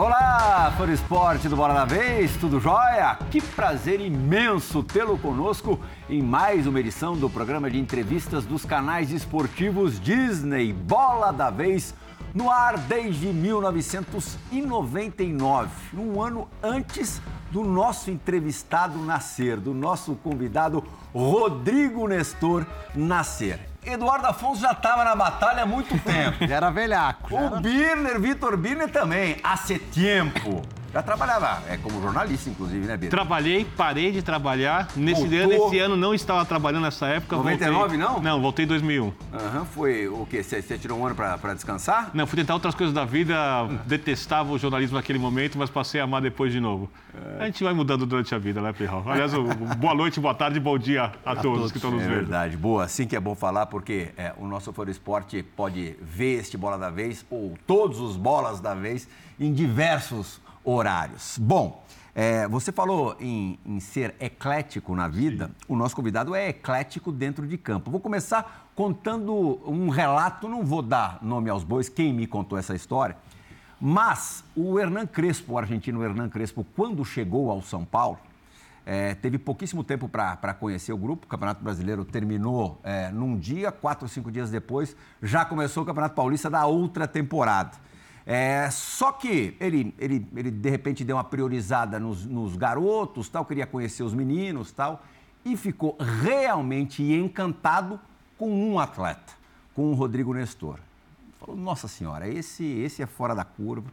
Olá, fã do esporte do Bola da Vez, tudo jóia? Que prazer imenso tê-lo conosco em mais uma edição do programa de entrevistas dos canais esportivos Disney Bola da Vez, no ar desde 1999, um ano antes do nosso entrevistado nascer, do nosso convidado Rodrigo Nestor nascer. Eduardo Afonso já estava na batalha há muito tempo. Já era velhaco. Vitor Birner também, há tempo. Já trabalhava como jornalista, inclusive, né, Birner? Trabalhei, parei de trabalhar. Nesse ano não estava trabalhando nessa época. 99, voltei... não? Voltei em 2001. Foi o quê? Você tirou um ano para descansar? Não, fui tentar outras coisas da vida. Detestava o jornalismo naquele momento, mas passei a amar depois de novo. A gente vai mudando durante a vida, né, Pirral? Aliás, boa noite, boa tarde, bom dia a todos que estão nos vendo. É verdade. Boa, assim que é bom falar, porque o nosso Fã do Esporte pode ver este Bola da Vez, ou todos os Bolas da Vez, em diversos horários. Bom, você falou em ser eclético na vida. Sim. O nosso convidado é eclético dentro de campo. Vou começar contando um relato, não vou dar nome aos bois, quem me contou essa história, mas o Hernan Crespo, o argentino Hernan Crespo, quando chegou ao São Paulo, teve pouquíssimo tempo para conhecer o grupo. O Campeonato Brasileiro terminou num dia, 4 ou 5 dias depois, já começou o Campeonato Paulista da outra temporada. Só que ele de repente deu uma priorizada nos garotos, tal, queria conhecer os meninos, tal, e ficou realmente encantado com um atleta, com o Rodrigo Nestor. Falou, nossa senhora, esse é fora da curva,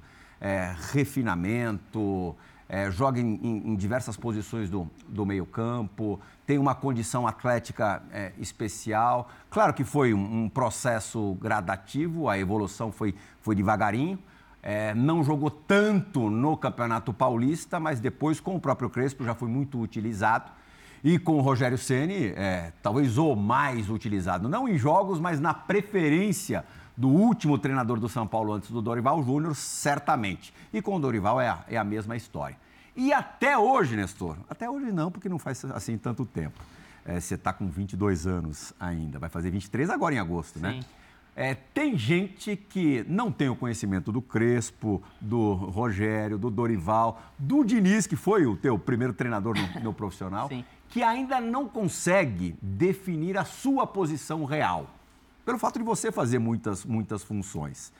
refinamento, joga em diversas posições do meio campo, tem uma condição atlética especial. Claro que foi um processo gradativo, a evolução foi devagarinho. Não jogou tanto no Campeonato Paulista, mas depois com o próprio Crespo já foi muito utilizado. E com o Rogério Ceni, talvez o mais utilizado, não em jogos, mas na preferência do último treinador do São Paulo antes do Dorival Júnior, certamente. E com o Dorival é a mesma história. E até hoje, Nestor, até hoje não, porque não faz assim tanto tempo. Você está com 22 anos ainda, vai fazer 23 agora em agosto, Sim. né? Tem gente que não tem o conhecimento do Crespo, do Rogério, do Dorival, do Diniz, que foi o teu primeiro treinador no profissional, Sim. que ainda não consegue definir a sua posição real, pelo fato de você fazer muitas funções.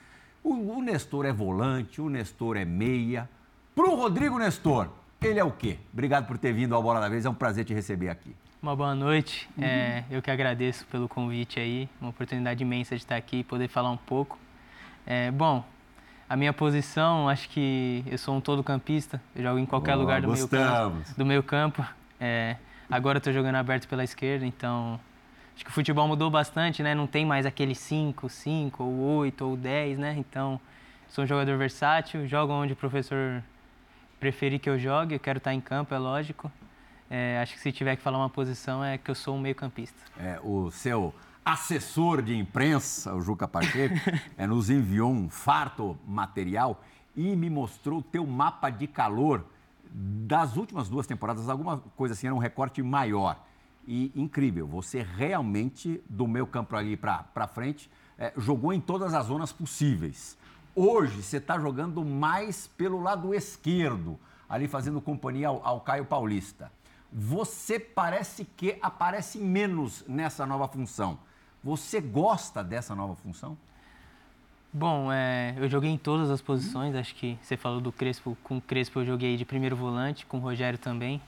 O Nestor é volante, o Nestor é meia. Para o Rodrigo Nestor, ele é o quê? Obrigado por ter vindo ao Bola da Vez, é um prazer te receber aqui. Uma boa noite, eu que agradeço pelo convite aí, uma oportunidade imensa de estar aqui e poder falar um pouco. Bom, a minha posição, acho que eu sou um todo-campista, eu jogo em qualquer lugar do meio campo. Agora eu estou jogando aberto pela esquerda, então acho que o futebol mudou bastante, né? Não tem mais aquele 5, ou 8, ou 10, né? Então, sou um jogador versátil, jogo onde o professor preferir que eu jogue, eu quero estar em campo, é lógico. Acho que se tiver que falar uma posição é que eu sou um meio-campista. O seu assessor de imprensa, o Juca Pacheco, nos enviou um farto material e me mostrou o teu mapa de calor das últimas 2 temporadas, alguma coisa assim, era um recorte maior. E incrível, você realmente, do meio campo ali para frente, jogou em todas as zonas possíveis. Hoje, você está jogando mais pelo lado esquerdo, ali fazendo companhia ao Caio Paulista. Você parece que aparece menos nessa nova função. Você gosta dessa nova função? Bom, eu joguei em todas as posições, acho que você falou do Crespo. Com o Crespo eu joguei de primeiro volante, com o Rogério também.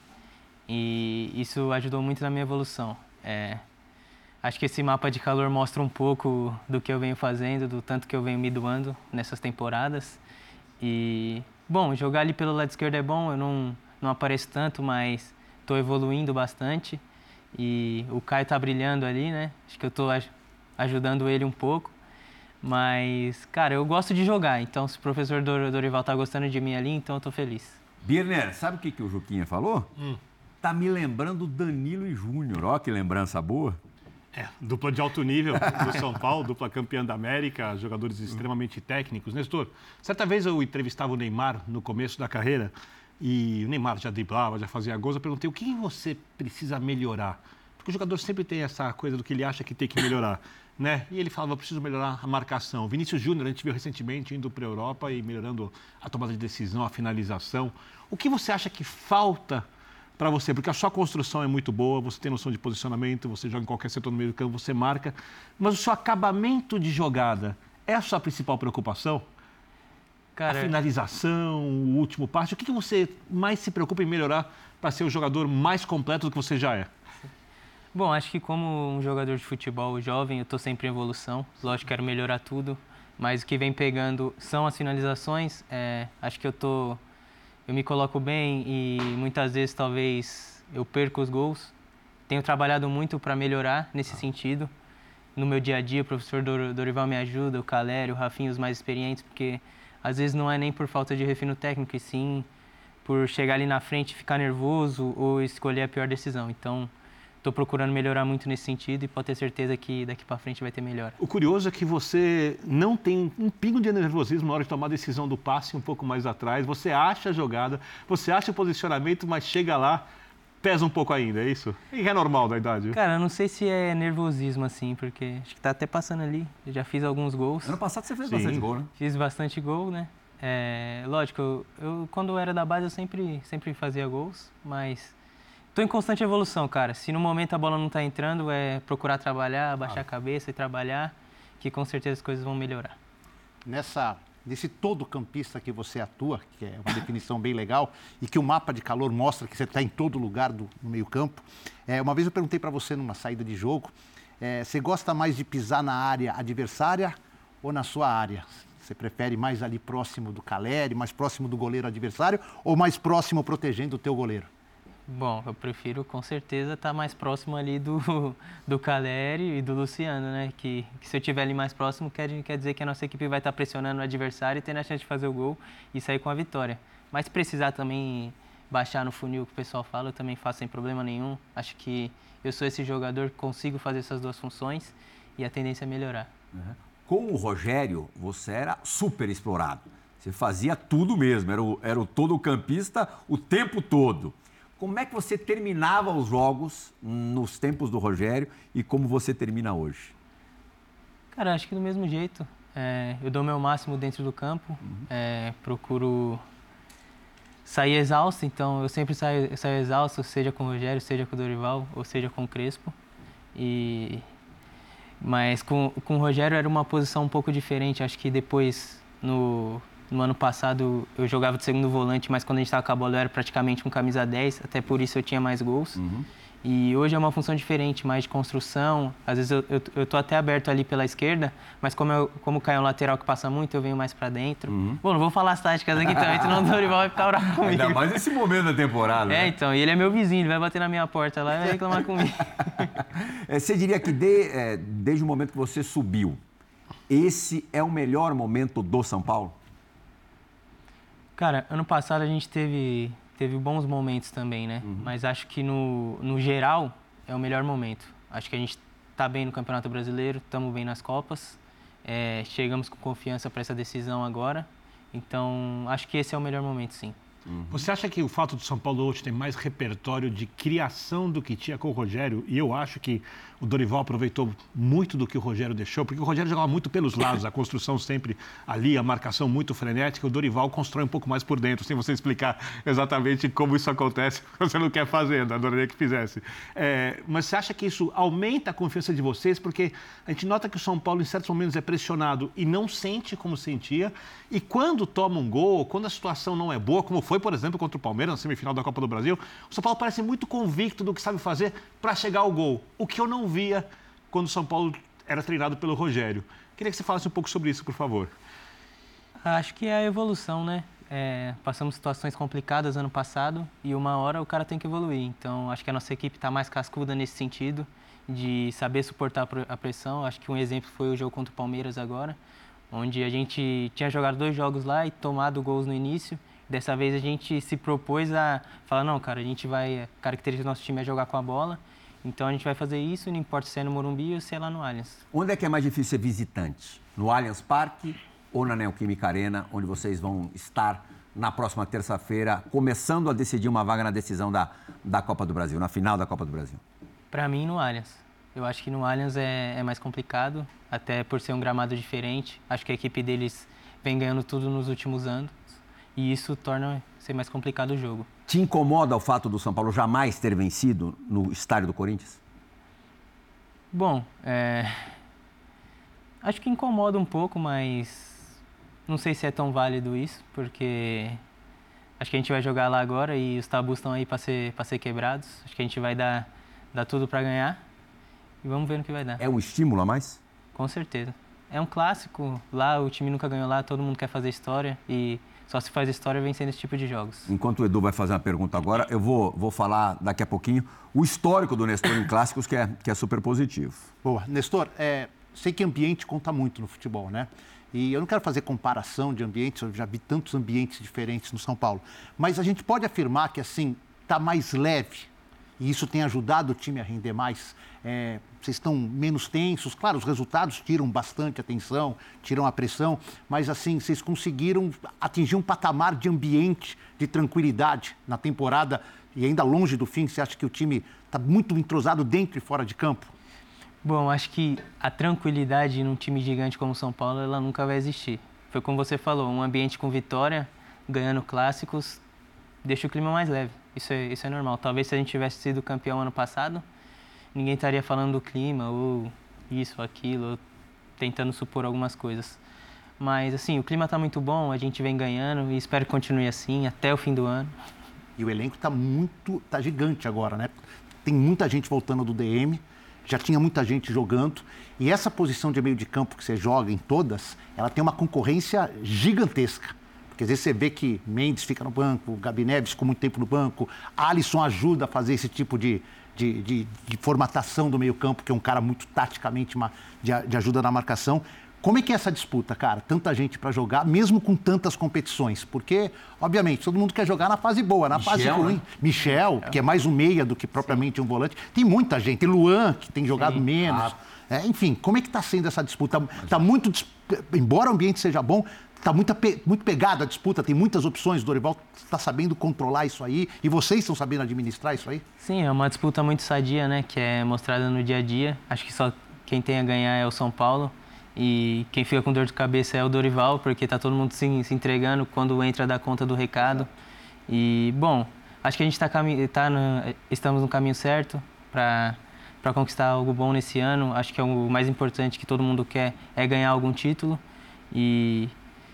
E isso ajudou muito na minha evolução. Acho que esse mapa de calor mostra um pouco do que eu venho fazendo, do tanto que eu venho me doando nessas temporadas. E, bom, jogar ali pelo lado esquerdo é bom, eu não apareço tanto, mas estou evoluindo bastante. E o Caio está brilhando ali, né? Acho que eu estou ajudando ele um pouco. Mas, cara, eu gosto de jogar, então se o professor Dorival está gostando de mim ali, então eu estou feliz. Birner, sabe o que o Juquinha falou? Tá me lembrando Danilo e Júnior, ó que lembrança boa. Dupla de alto nível do São Paulo, dupla campeã da América, jogadores extremamente técnicos. Nestor, certa vez eu entrevistava o Neymar no começo da carreira e o Neymar já driblava, já fazia gols. Eu perguntei, o que você precisa melhorar? Porque o jogador sempre tem essa coisa do que ele acha que tem que melhorar. né? E ele falava, preciso melhorar a marcação. Vinícius Júnior, a gente viu recentemente indo para a Europa e melhorando a tomada de decisão, a finalização. O que você acha que falta para você? Porque a sua construção é muito boa, você tem noção de posicionamento, você joga em qualquer setor no meio do campo, você marca, mas o seu acabamento de jogada é a sua principal preocupação? Cara, A finalização, o último passe, o que você mais se preocupa em melhorar para ser o jogador mais completo do que você já é? bom, acho que como um jogador de futebol jovem, eu estou sempre em evolução. Lógico, quero melhorar tudo, mas o que vem pegando são as finalizações. Acho que eu me coloco bem e muitas vezes talvez eu perco os gols. Tenho trabalhado muito para melhorar nesse sentido. No meu dia a dia, o professor Dorival me ajuda, o Calério, o Rafinha, os mais experientes, porque às vezes não é nem por falta de refino técnico, e sim por chegar ali na frente e ficar nervoso ou escolher a pior decisão. Então, estou procurando melhorar muito nesse sentido e pode ter certeza que daqui para frente vai ter melhora. O curioso é que você não tem um pingo de nervosismo na hora de tomar a decisão do passe um pouco mais atrás. Você acha a jogada, você acha o posicionamento, mas chega lá, pesa um pouco ainda, é isso? E é normal da idade? Cara, eu não sei se é nervosismo assim, porque acho que tá até passando ali. Eu já fiz alguns gols. Ano passado você fez Sim. bastante gol, né? Fiz bastante gol, né? Lógico, eu quando eu era da base eu sempre fazia gols, mas tô em constante evolução, cara. Se no momento a bola não tá entrando, é procurar trabalhar, baixar a cabeça e trabalhar, que com certeza as coisas vão melhorar. Nesse todo campista que você atua, que é uma definição bem legal, e que o mapa de calor mostra que você está em todo lugar no meio campo. Uma vez eu perguntei para você numa saída de jogo, você gosta mais de pisar na área adversária ou na sua área? Você prefere mais ali próximo do Caleri, mais próximo do goleiro adversário ou mais próximo protegendo o teu goleiro? Bom, eu prefiro com certeza estar mais próximo ali do Caleri e do Luciano, né? Que se eu estiver ali mais próximo, quer dizer que a nossa equipe vai estar pressionando o adversário e tendo a chance de fazer o gol e sair com a vitória. Mas se precisar também baixar no funil que o pessoal fala, eu também faço sem problema nenhum. Acho que eu sou esse jogador que consigo fazer essas duas funções e a tendência é melhorar. Uhum. Com o Rogério, você era super explorado. Você fazia tudo mesmo, era o todo-campista o tempo todo. Como é que você terminava os jogos nos tempos do Rogério e como você termina hoje? Cara, acho que do mesmo jeito. Eu dou o meu máximo dentro do campo, procuro sair exausto, então eu sempre saio exausto, seja com o Rogério, seja com o Dorival, ou seja com o Crespo. Mas com o Rogério era uma posição um pouco diferente. Acho que depois, no ano passado, eu jogava de segundo volante, mas quando a gente estava com a bola eu era praticamente um camisa 10, até por isso eu tinha mais gols. Uhum. E hoje é uma função diferente, mais de construção. Às vezes eu tô até aberto ali pela esquerda, mas como cai um lateral que passa muito, eu venho mais para dentro. Uhum. Bom, não vou falar as táticas aqui também, senão o Dorival vai ficar bravo comigo. Ainda mais nesse momento da temporada, né? Então, e ele é meu vizinho, ele vai bater na minha porta lá e vai reclamar comigo. Você diria que desde o momento que você subiu, esse é o melhor momento do São Paulo? Cara, ano passado a gente teve bons momentos também, né? Uhum. Mas acho que no geral é o melhor momento. Acho que a gente está bem no Campeonato Brasileiro, estamos bem nas Copas, chegamos com confiança para essa decisão agora. Então, acho que esse é o melhor momento, sim. Uhum. Você acha que o fato do São Paulo hoje ter mais repertório de criação do que tinha com o Rogério, e eu acho que o Dorival aproveitou muito do que o Rogério deixou, porque o Rogério jogava muito pelos lados, a construção sempre ali, a marcação muito frenética, o Dorival constrói um pouco mais por dentro, sem você explicar exatamente como isso acontece, você não quer fazer, adoraria que fizesse. Mas você acha que isso aumenta a confiança de vocês? Porque a gente nota que o São Paulo em certos momentos é pressionado e não sente como sentia, e quando toma um gol, quando a situação não é boa, como foi, por exemplo, contra o Palmeiras na semifinal da Copa do Brasil, o São Paulo parece muito convicto do que sabe fazer para chegar ao gol, o que eu não via quando o São Paulo era treinado pelo Rogério. Queria que você falasse um pouco sobre isso, por favor. Acho que é a evolução, né? Passamos situações complicadas ano passado e uma hora o cara tem que evoluir. Então, acho que a nossa equipe está mais cascuda nesse sentido, de saber suportar a pressão. Acho que um exemplo foi o jogo contra o Palmeiras agora, onde a gente tinha jogado 2 jogos lá e tomado gols no início. Dessa vez a gente se propôs a falar, não, cara, a característica do nosso time é jogar com a bola, então a gente vai fazer isso, não importa se é no Morumbi ou se é lá no Allianz. Onde é que é mais difícil ser visitante? No Allianz Parque ou na Neoquímica Arena, onde vocês vão estar na próxima terça-feira, começando a decidir uma vaga na decisão da Copa do Brasil, na final da Copa do Brasil? Para mim, no Allianz. Eu acho que no Allianz é mais complicado, até por ser um gramado diferente. Acho que a equipe deles vem ganhando tudo nos últimos anos e isso torna ser mais complicado o jogo. Te incomoda o fato do São Paulo jamais ter vencido no estádio do Corinthians? Bom, acho que incomoda um pouco, mas não sei se é tão válido isso, porque acho que a gente vai jogar lá agora e os tabus estão aí para ser quebrados. Acho que a gente vai dar tudo para ganhar e vamos ver no que vai dar. É um estímulo a mais? Com certeza. É um clássico, lá o time nunca ganhou lá, todo mundo quer fazer história e só se faz história vencendo esse tipo de jogos. Enquanto o Edu vai fazer uma pergunta agora, eu vou falar daqui a pouquinho o histórico do Nestor em clássicos, que é super positivo. Boa. Nestor, sei que ambiente conta muito no futebol, né? E eu não quero fazer comparação de ambientes, eu já vi tantos ambientes diferentes no São Paulo. Mas a gente pode afirmar que, assim, está mais leve e isso tem ajudado o time a render mais. Vocês estão menos tensos. Claro, os resultados tiram bastante atenção, tiram a pressão, mas, assim, vocês conseguiram atingir um patamar de ambiente, de tranquilidade na temporada e ainda longe do fim. Você acha que o time está muito entrosado dentro e fora de campo? Bom, acho que a tranquilidade num time gigante como o São Paulo, ela nunca vai existir. Foi como você falou, um ambiente com vitória, ganhando clássicos, deixa o clima mais leve. Isso é normal. Talvez se a gente tivesse sido campeão ano passado, ninguém estaria falando do clima, ou isso, ou aquilo, ou tentando supor algumas coisas. Mas, assim, o clima está muito bom, a gente vem ganhando e espero que continue assim até o fim do ano. E o elenco tá gigante agora, né? Tem muita gente voltando do DM, já tinha muita gente jogando. E essa posição de meio de campo que você joga em todas, ela tem uma concorrência gigantesca. Porque às vezes você vê que Mendes fica no banco, Gabi Neves ficou muito tempo no banco, Alisson ajuda a fazer esse tipo de formatação do meio campo, que é um cara muito taticamente de ajuda na marcação. Como é que é essa disputa, cara? Tanta gente para jogar, mesmo com tantas competições. Porque, obviamente, todo mundo quer jogar na fase boa, na fase ruim. Né? Michel, que é mais um meia do que propriamente um volante. Tem muita gente. Tem Luan, que tem jogado menos. Enfim, como é que está sendo essa disputa? Tá muito, embora o ambiente seja bom, está muito pegada a disputa, tem muitas opções. O Dorival está sabendo controlar isso aí e vocês estão sabendo administrar isso aí? Sim, é uma disputa muito sadia, né? Que é mostrada no dia a dia. Acho que só quem tem a ganhar é o São Paulo. E quem fica com dor de cabeça é o Dorival, porque está todo mundo se entregando quando entra dar conta do recado. E, bom, acho que a gente estamos no caminho certo para conquistar algo bom nesse ano. Acho que é o mais importante que todo mundo quer é ganhar algum título. E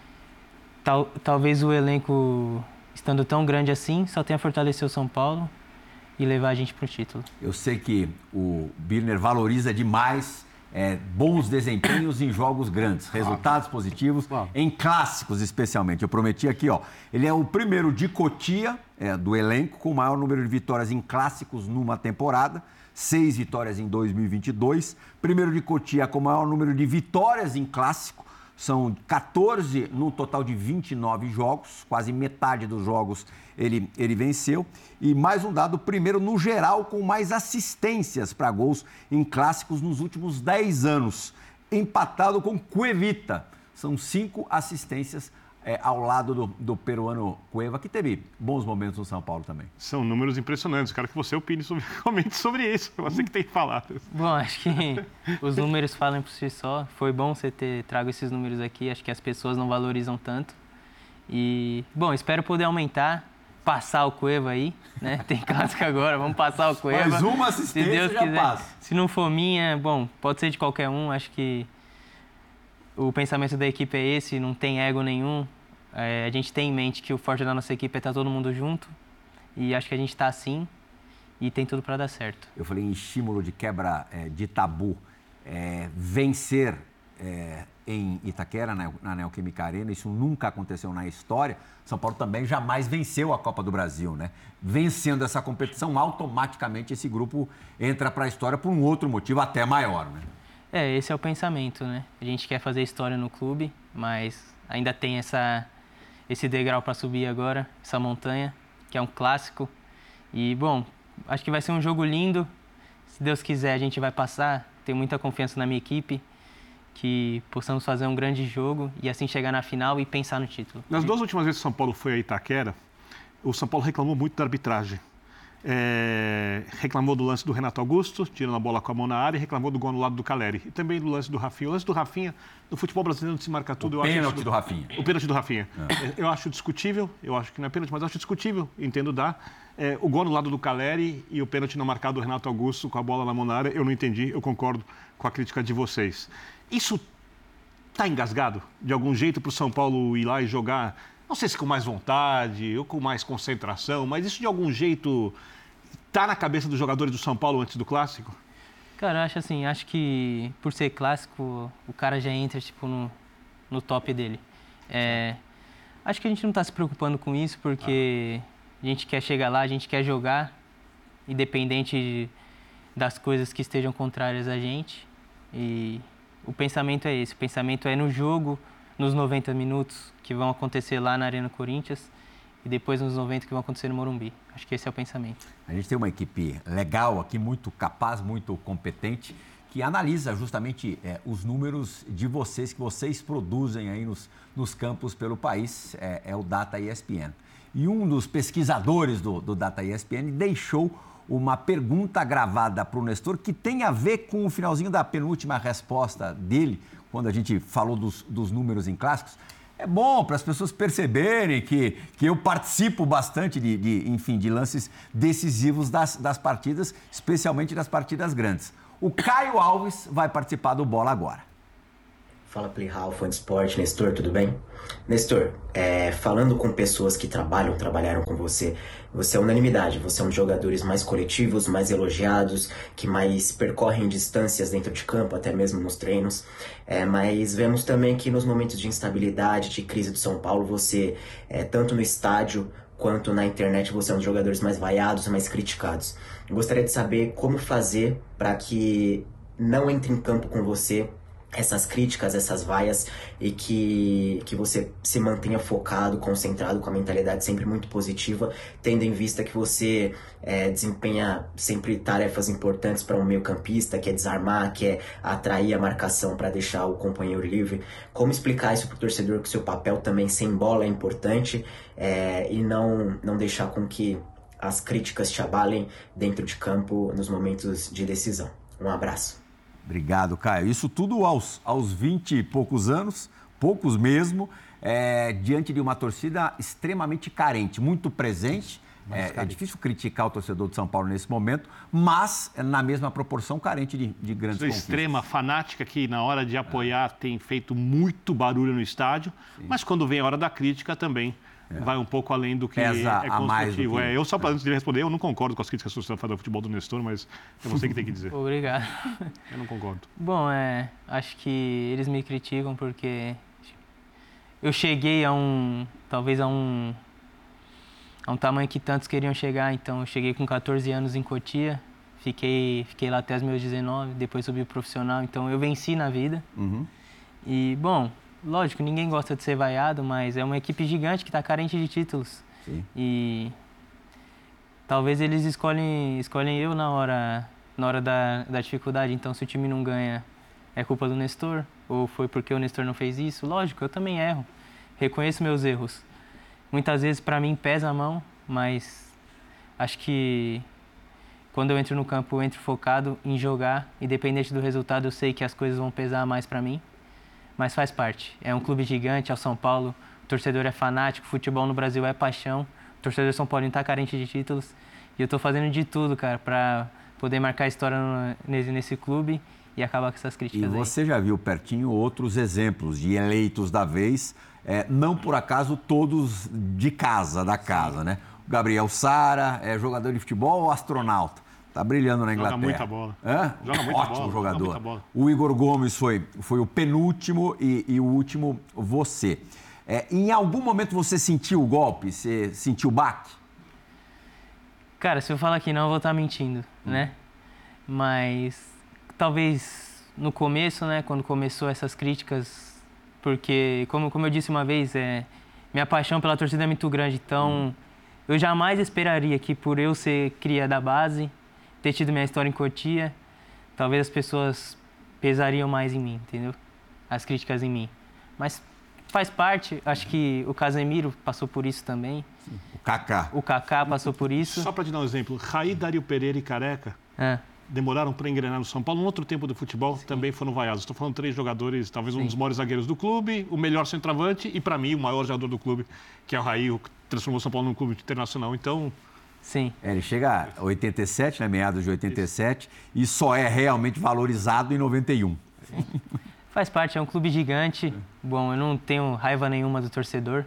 talvez o elenco, estando tão grande assim, só tenha fortalecer o São Paulo e levar a gente para o título. Eu sei que o Birner valoriza demais bons desempenhos em jogos grandes, resultados positivos, em clássicos especialmente. Eu prometi aqui, ele é o primeiro de Cotia, do elenco, com o maior número de vitórias em clássicos numa temporada, 6 vitórias em 2022. Primeiro de Cotia com o maior número de vitórias em clássico, são 14 no total de 29 jogos, quase metade dos jogos ele venceu. E mais um dado, primeiro no geral com mais assistências para gols em clássicos nos últimos 10 anos, empatado com Cuevita. São 5 assistências ao lado do peruano Cueva, que teve bons momentos no São Paulo também. São números impressionantes. Quero que você comente sobre isso. Você que tem que falar. Bom, acho que os números falam por si só. Foi bom você ter trago esses números aqui. Acho que as pessoas não valorizam tanto. E, bom, espero poder aumentar, passar o Cueva aí, né? Tem clássico agora, vamos passar o Cueva. Mais uma assistência, se Deus já quiser. Passa. Se não for minha, bom, pode ser de qualquer um. Acho que o pensamento da equipe é esse, não tem ego nenhum. A gente tem em mente que o forte da nossa equipe é estar todo mundo junto e acho que a gente está assim e tem tudo para dar certo. Eu falei em estímulo de quebra de tabu, vencer em Itaquera, na Neoquímica Arena, isso nunca aconteceu na história. São Paulo também jamais venceu a Copa do Brasil, né? Vencendo essa competição, automaticamente esse grupo entra para a história por um outro motivo até maior, né? Esse é o pensamento, né? A gente quer fazer história no clube, mas ainda tem esse degrau para subir agora, essa montanha, que é um clássico. E, bom, acho que vai ser um jogo lindo. Se Deus quiser, a gente vai passar. Tenho muita confiança na minha equipe, que possamos fazer um grande jogo e assim chegar na final e pensar no título. Nas 2 últimas vezes que o São Paulo foi a Itaquera, o São Paulo reclamou muito da arbitragem. reclamou do lance do Renato Augusto, tirando a bola com a mão na área, e reclamou do gol no lado do Caleri. E também do lance do Rafinha. O lance do Rafinha, no futebol brasileiro não se marca tudo. O pênalti do Rafinha. O pênalti do Rafinha. Eu acho discutível, eu acho que não é pênalti, mas eu acho discutível, entendo dar. O gol no lado do Caleri e o pênalti não marcado do Renato Augusto com a bola na mão na área, eu não entendi, eu concordo com a crítica de vocês. Isso está engasgado de algum jeito para o São Paulo ir lá e jogar, não sei se com mais vontade ou com mais concentração, mas isso de algum jeito está na cabeça dos jogadores do São Paulo antes do Clássico? Cara, eu acho assim, acho que por ser clássico, o cara já entra tipo no top dele. Acho que a gente não está se preocupando com isso porque a gente quer chegar lá, a gente quer jogar, independente das coisas que estejam contrárias a gente. E o pensamento é esse, o pensamento é no jogo, nos 90 minutos que vão acontecer lá na Arena Corinthians e depois nos 90 que vão acontecer no Morumbi. Acho que esse é o pensamento. A gente tem uma equipe legal aqui, muito capaz, muito competente, que analisa justamente os números de vocês, que vocês produzem aí nos campos pelo país, é o Data ESPN. E um dos pesquisadores do Data ESPN deixou uma pergunta gravada para o Nestor que tem a ver com o finalzinho da penúltima resposta dele, quando a gente falou dos números em clássicos. É bom para as pessoas perceberem que eu participo bastante de lances decisivos das partidas, especialmente das partidas grandes. O Caio Alves vai participar do Bola agora. Fala Plihal, fã de esporte, Nestor, tudo bem? Nestor, falando com pessoas que trabalharam com você, você é unanimidade, você é um dos jogadores mais coletivos, mais elogiados, que mais percorrem distâncias dentro de campo, até mesmo nos treinos, mas vemos também que nos momentos de instabilidade, de crise do São Paulo, você, tanto no estádio quanto na internet, você é um dos jogadores mais vaiados, mais criticados. Eu gostaria de saber como fazer para que não entre em campo com você essas críticas, essas vaias e que você se mantenha focado, concentrado, com a mentalidade sempre muito positiva, tendo em vista que você desempenha sempre tarefas importantes para um meio-campista, que é desarmar, que é atrair a marcação para deixar o companheiro livre. Como explicar isso para o torcedor, que o seu papel também sem bola é importante e não deixar com que as críticas te abalem dentro de campo nos momentos de decisão? Um abraço. Obrigado, Caio. Isso tudo aos 20 e poucos anos, poucos mesmo, diante de uma torcida extremamente carente, muito presente. É difícil criticar o torcedor de São Paulo nesse momento, mas na mesma proporção carente de grandes conquistas. Extrema, fanática, que na hora de apoiar tem feito muito barulho no estádio, mas quando vem a hora da crítica também vai um pouco além do que é construtivo. Eu só para antes de responder, eu não concordo com as críticas que você faz do futebol do Nestor, mas é você que tem que dizer. Obrigado. Eu não concordo. Bom, acho que eles me criticam porque eu cheguei talvez a um tamanho que tantos queriam chegar. Então, eu cheguei com 14 anos em Cotia, fiquei lá até os meus 19, depois subi profissional. Então, eu venci na vida. E, bom, lógico, ninguém gosta de ser vaiado, mas é uma equipe gigante que está carente de títulos. Sim. E talvez eles escolhem eu na hora da dificuldade. Então, se o time não ganha, é culpa do Nestor? Ou foi porque o Nestor não fez isso? Lógico, eu também erro. Reconheço meus erros. Muitas vezes, para mim, pesa a mão, mas acho que quando eu entro no campo, eu entro focado em jogar. Independente do resultado, eu sei que as coisas vão pesar mais para mim. Mas faz parte. É um clube gigante, é o São Paulo. O torcedor é fanático, futebol no Brasil é paixão. O torcedor São Paulino está carente de títulos. E eu estou fazendo de tudo, cara, para poder marcar a história nesse clube e acabar com essas críticas. E você já viu pertinho outros exemplos de eleitos da vez, não por acaso todos de casa, da casa, né? O Gabriel Sara é jogador de futebol ou astronauta? Está brilhando na Inglaterra. Joga muita bola. Joga muita Ótimo bola. jogador. Muita bola. O Igor Gomes foi o penúltimo e o último você. Em algum momento você sentiu o golpe? Você sentiu o baque? Cara, se eu falar que não, eu vou estar mentindo, né? Mas talvez no começo, né? Quando começou essas críticas, porque, como eu disse uma vez, minha paixão pela torcida é muito grande. Então, eu jamais esperaria que por eu ser cria da base, ter tido minha história em Cotia, talvez as pessoas pesariam mais em mim, entendeu? As críticas em mim. Mas faz parte, acho que o Casemiro passou por isso também. Kaká. O Kaká passou por isso. Só para te dar um exemplo, Raí, Dário Pereira e Careca demoraram para engrenar no São Paulo. Num outro tempo do futebol também foram vaiados. Estou falando 3 jogadores, talvez um dos maiores zagueiros do clube, o melhor centroavante e, para mim, o maior jogador do clube, que é o Raí, o que transformou o São Paulo num clube internacional. Então... Sim. Ele chega a 87, né, meados de 87, e só é realmente valorizado em 91. Faz parte, é um clube gigante. Bom, eu não tenho raiva nenhuma do torcedor.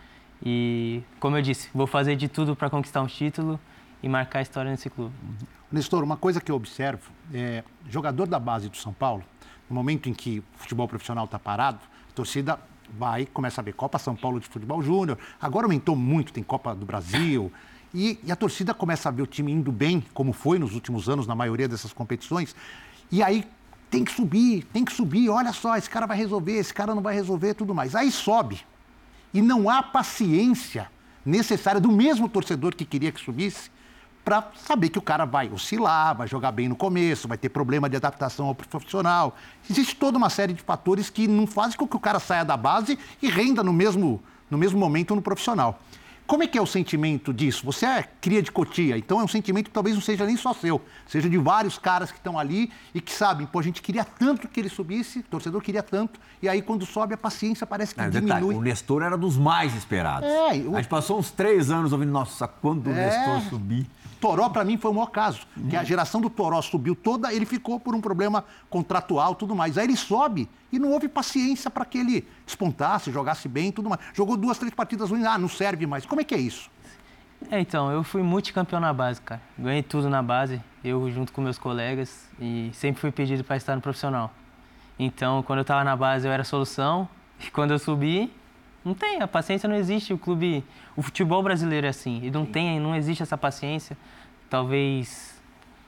E, como eu disse, vou fazer de tudo para conquistar um título e marcar a história nesse clube. Nestor, uma coisa que eu observo é jogador da base do São Paulo, no momento em que o futebol profissional está parado, a torcida vai e começa a ver Copa São Paulo de Futebol Júnior. Agora aumentou muito, tem Copa do Brasil. E a torcida começa a ver o time indo bem, como foi nos últimos anos, na maioria dessas competições. E aí tem que subir, olha só, esse cara vai resolver, esse cara não vai resolver, tudo mais. Aí sobe. E não há paciência necessária do mesmo torcedor que queria que subisse para saber que o cara vai oscilar, vai jogar bem no começo, vai ter problema de adaptação ao profissional. Existe toda uma série de fatores que não fazem com que o cara saia da base e renda no mesmo momento no profissional. Como é que é o sentimento disso? Você é cria de Cotia, então é um sentimento que talvez não seja nem só seu, seja de vários caras que estão ali e que sabem, pô, a gente queria tanto que ele subisse, o torcedor queria tanto, e aí quando sobe a paciência parece que diminui. Detalhe, o Nestor era dos mais esperados. A gente passou uns 3 anos ouvindo, nossa, quando o Nestor subir... Toró, para mim, foi o maior caso. Que a geração do Toró subiu toda, ele ficou por um problema contratual e tudo mais. Aí ele sobe e não houve paciência para que ele despontasse, jogasse bem e tudo mais. Jogou 2, 3 partidas ruins, não serve mais. Como é que é isso? Então, eu fui multicampeão na base, cara. Ganhei tudo na base, eu junto com meus colegas, e sempre fui pedido para estar no profissional. Então, quando eu estava na base, eu era a solução, e quando eu subi... Não tem, a paciência não existe. O futebol brasileiro é assim. E não existe essa paciência. Talvez.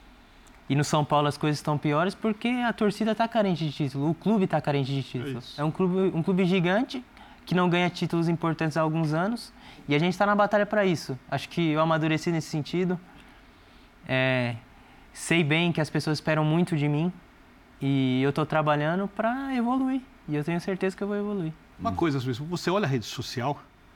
E no São Paulo as coisas estão piores porque a torcida está carente de título. O clube está carente de título. É um clube gigante que não ganha títulos importantes há alguns anos. E a gente está na batalha para isso. Acho que eu amadureci nesse sentido. Sei bem que as pessoas esperam muito de mim. E eu estou trabalhando para evoluir. E eu tenho certeza que eu vou evoluir. Uma coisa, Luiz, você olha a rede social?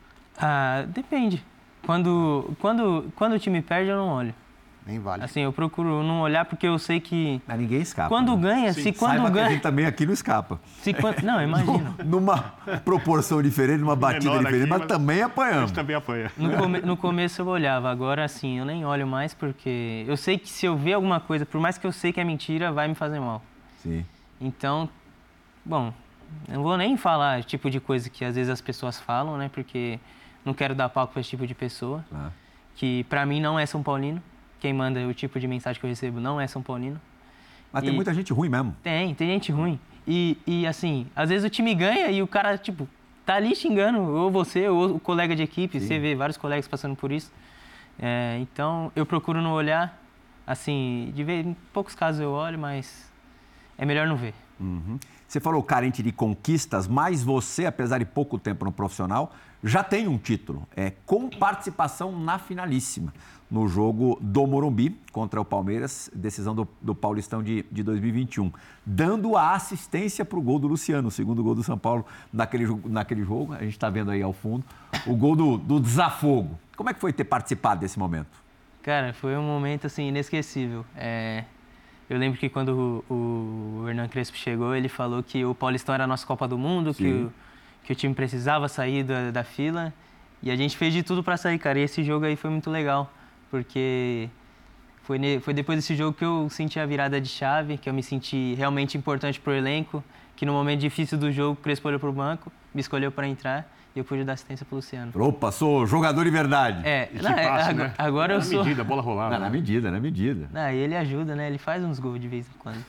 Depende. Quando o time perde, eu não olho. Nem vale. Assim, eu procuro não olhar porque eu sei que... Mas ninguém escapa. Quando ganha, que a gente também aqui não escapa. Não, imagina. Numa proporção diferente, numa batida diferente, mas também A apanhamos. gente também apanha. No começo eu olhava, agora assim, eu nem olho mais porque eu sei que se eu ver alguma coisa, por mais que eu sei que é mentira, vai me fazer mal. Sim. Então, bom... Não vou nem falar o tipo de coisa que às vezes as pessoas falam, né? Porque não quero dar palco para esse tipo de pessoa. Que para mim não é São Paulino. Quem manda o tipo de mensagem que eu recebo não é São Paulino. Mas tem muita gente ruim mesmo. Tem gente ruim. E assim, às vezes o time ganha e o cara, tipo, tá ali xingando, ou você, ou o colega de equipe. Sim. Você vê vários colegas passando por isso. Então, eu procuro não olhar. Assim, em poucos casos eu olho, mas é melhor não ver. Uhum. Você falou carente de conquistas, mas você, apesar de pouco tempo no profissional, já tem um título, com participação na finalíssima, no jogo do Morumbi contra o Palmeiras, decisão do Paulistão de 2021, dando a assistência para o gol do Luciano, o segundo gol do São Paulo naquele jogo. A gente está vendo aí ao fundo o gol do desafogo. Como é que foi ter participado desse momento? Cara, foi um momento assim, inesquecível. Eu lembro que quando o Hernan Crespo chegou, ele falou que o Paulistão era a nossa Copa do Mundo, que o time precisava sair da fila. E a gente fez de tudo para sair, cara. E esse jogo aí foi muito legal, porque foi depois desse jogo que eu senti a virada de chave, que eu me senti realmente importante pro elenco, que no momento difícil do jogo, o Crespo olhou pro banco, me escolheu para entrar e eu pude dar assistência pro Luciano. Opa, sou jogador de verdade. Né? Agora eu sou... Na medida, bola rolada. Na medida. E ele ajuda, né? Ele faz uns gols de vez em quando.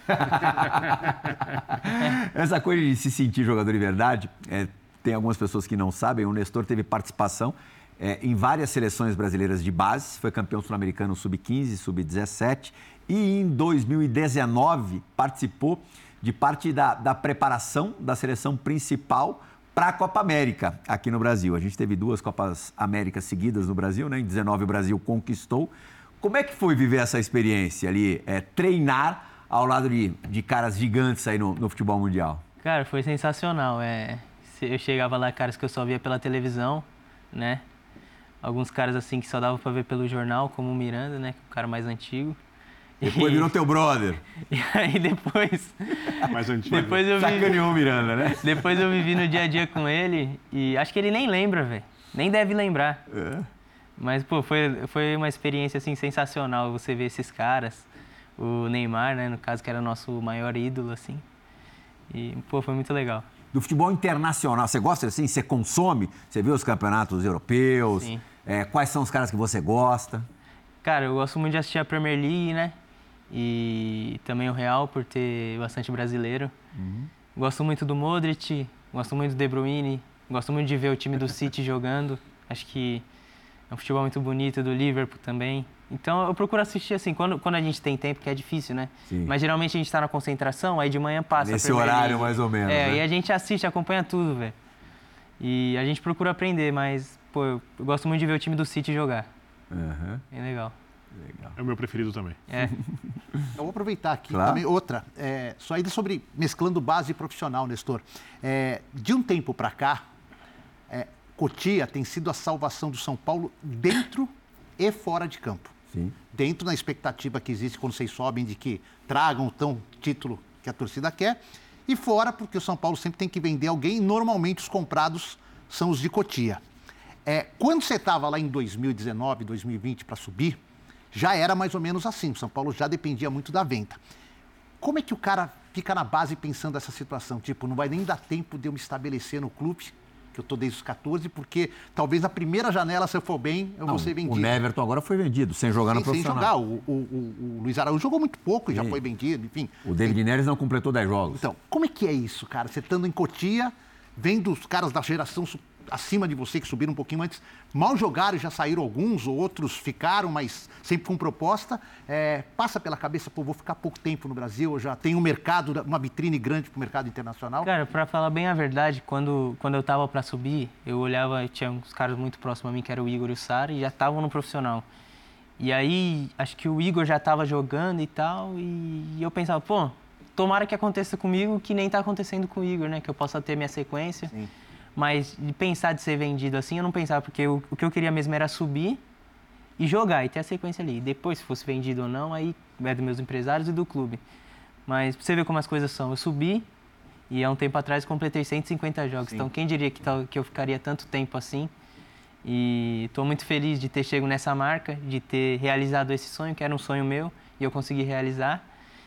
Essa coisa de se sentir jogador de verdade, tem algumas pessoas que não sabem, o Nestor teve participação em várias seleções brasileiras de base, foi campeão sul-americano sub-15, sub-17 e em 2019 participou de parte da preparação da seleção principal para a Copa América aqui no Brasil. A gente teve 2 Copas Américas seguidas no Brasil, né? Em 19 o Brasil conquistou. Como é que foi viver essa experiência ali, treinar ao lado de caras gigantes aí no futebol mundial? Cara, foi sensacional. Eu chegava lá, caras que eu só via pela televisão, né? alguns caras assim que só dava para ver pelo jornal, como o Miranda, né? O cara mais antigo. Depois virou teu brother. E aí depois... Mais antigo. Depois eu Sacaneou o Miranda, né? Depois eu vivi no dia a dia com ele e acho que ele nem lembra, velho. Nem deve lembrar. Mas, pô, foi uma experiência, assim, sensacional você ver esses caras. O Neymar, né, no caso, que era o nosso maior ídolo, assim. E, pô, foi muito legal. Do futebol internacional, você gosta assim? Você consome? Você vê os campeonatos europeus? Sim. Quais são os caras que você gosta? Cara, eu gosto muito de assistir a Premier League, né? E também o Real, por ter bastante brasileiro. Gosto muito do Modric, gosto muito do De Bruyne, gosto muito de ver o time do City jogando. Acho que é um futebol muito bonito, do Liverpool também. Então eu procuro assistir assim, quando a gente tem tempo, que é difícil, né? Sim. Mas geralmente a gente está na concentração, aí de manhã passa Nesse a Premier horário, League. mais ou menos, né? E a gente assiste, acompanha tudo, velho. E a gente procura aprender, mas, pô, eu gosto muito de ver o time do City jogar. É legal. É o meu preferido também. Eu vou aproveitar aqui Claro. também outra. Só ainda sobre mesclando base e profissional, Nestor. De um tempo para cá, Cotia tem sido a salvação do São Paulo dentro e fora de campo. Sim. Dentro da expectativa que existe quando vocês sobem de que tragam o título que a torcida quer. E fora porque o São Paulo sempre tem que vender alguém e normalmente os comprados são os de Cotia. Quando você estava lá em 2019, 2020 para subir, já era mais ou menos assim. O São Paulo já dependia muito da venda. Como é que o cara fica na base pensando essa situação? Tipo, não vai nem dar tempo de eu me estabelecer no clube, que eu estou desde os 14, porque talvez na primeira janela, se eu for bem, eu vou ser vendido. O Neverton agora foi vendido, sem jogar no Sem profissional. jogar. O Luiz Araújo jogou muito pouco e já foi vendido, enfim. O David Neres não completou 10 jogos. Então, como é que é isso, cara? Você estando em Cotia, vendo os caras da geração acima de você, que subiram um pouquinho antes, mal jogaram e já saíram alguns, ou outros ficaram, mas sempre com proposta. Passa pela cabeça, pô, vou ficar pouco tempo no Brasil, eu já tenho um mercado, uma vitrine grande para o mercado internacional. Cara, pra falar bem a verdade, quando eu tava pra subir, eu olhava, tinha uns caras muito próximos a mim, que era o Igor e o Sara, e já estavam no profissional. E aí, acho que o Igor já tava jogando e tal, e eu pensava, pô, tomara que aconteça comigo que nem tá acontecendo com o Igor, né? Que eu possa ter minha sequência. Sim. Mas de pensar de ser vendido assim, eu não pensava, porque o que eu queria mesmo era subir e jogar, e ter a sequência ali. Depois, se fosse vendido ou não, aí é dos meus empresários e do clube. Mas pra você ver como as coisas são, eu subi e há um tempo atrás completei 150 jogos. Sim. Então, quem diria que eu ficaria tanto tempo assim? E estou muito feliz de ter chegado nessa marca, de ter realizado esse sonho, que era um sonho meu, e eu consegui realizar.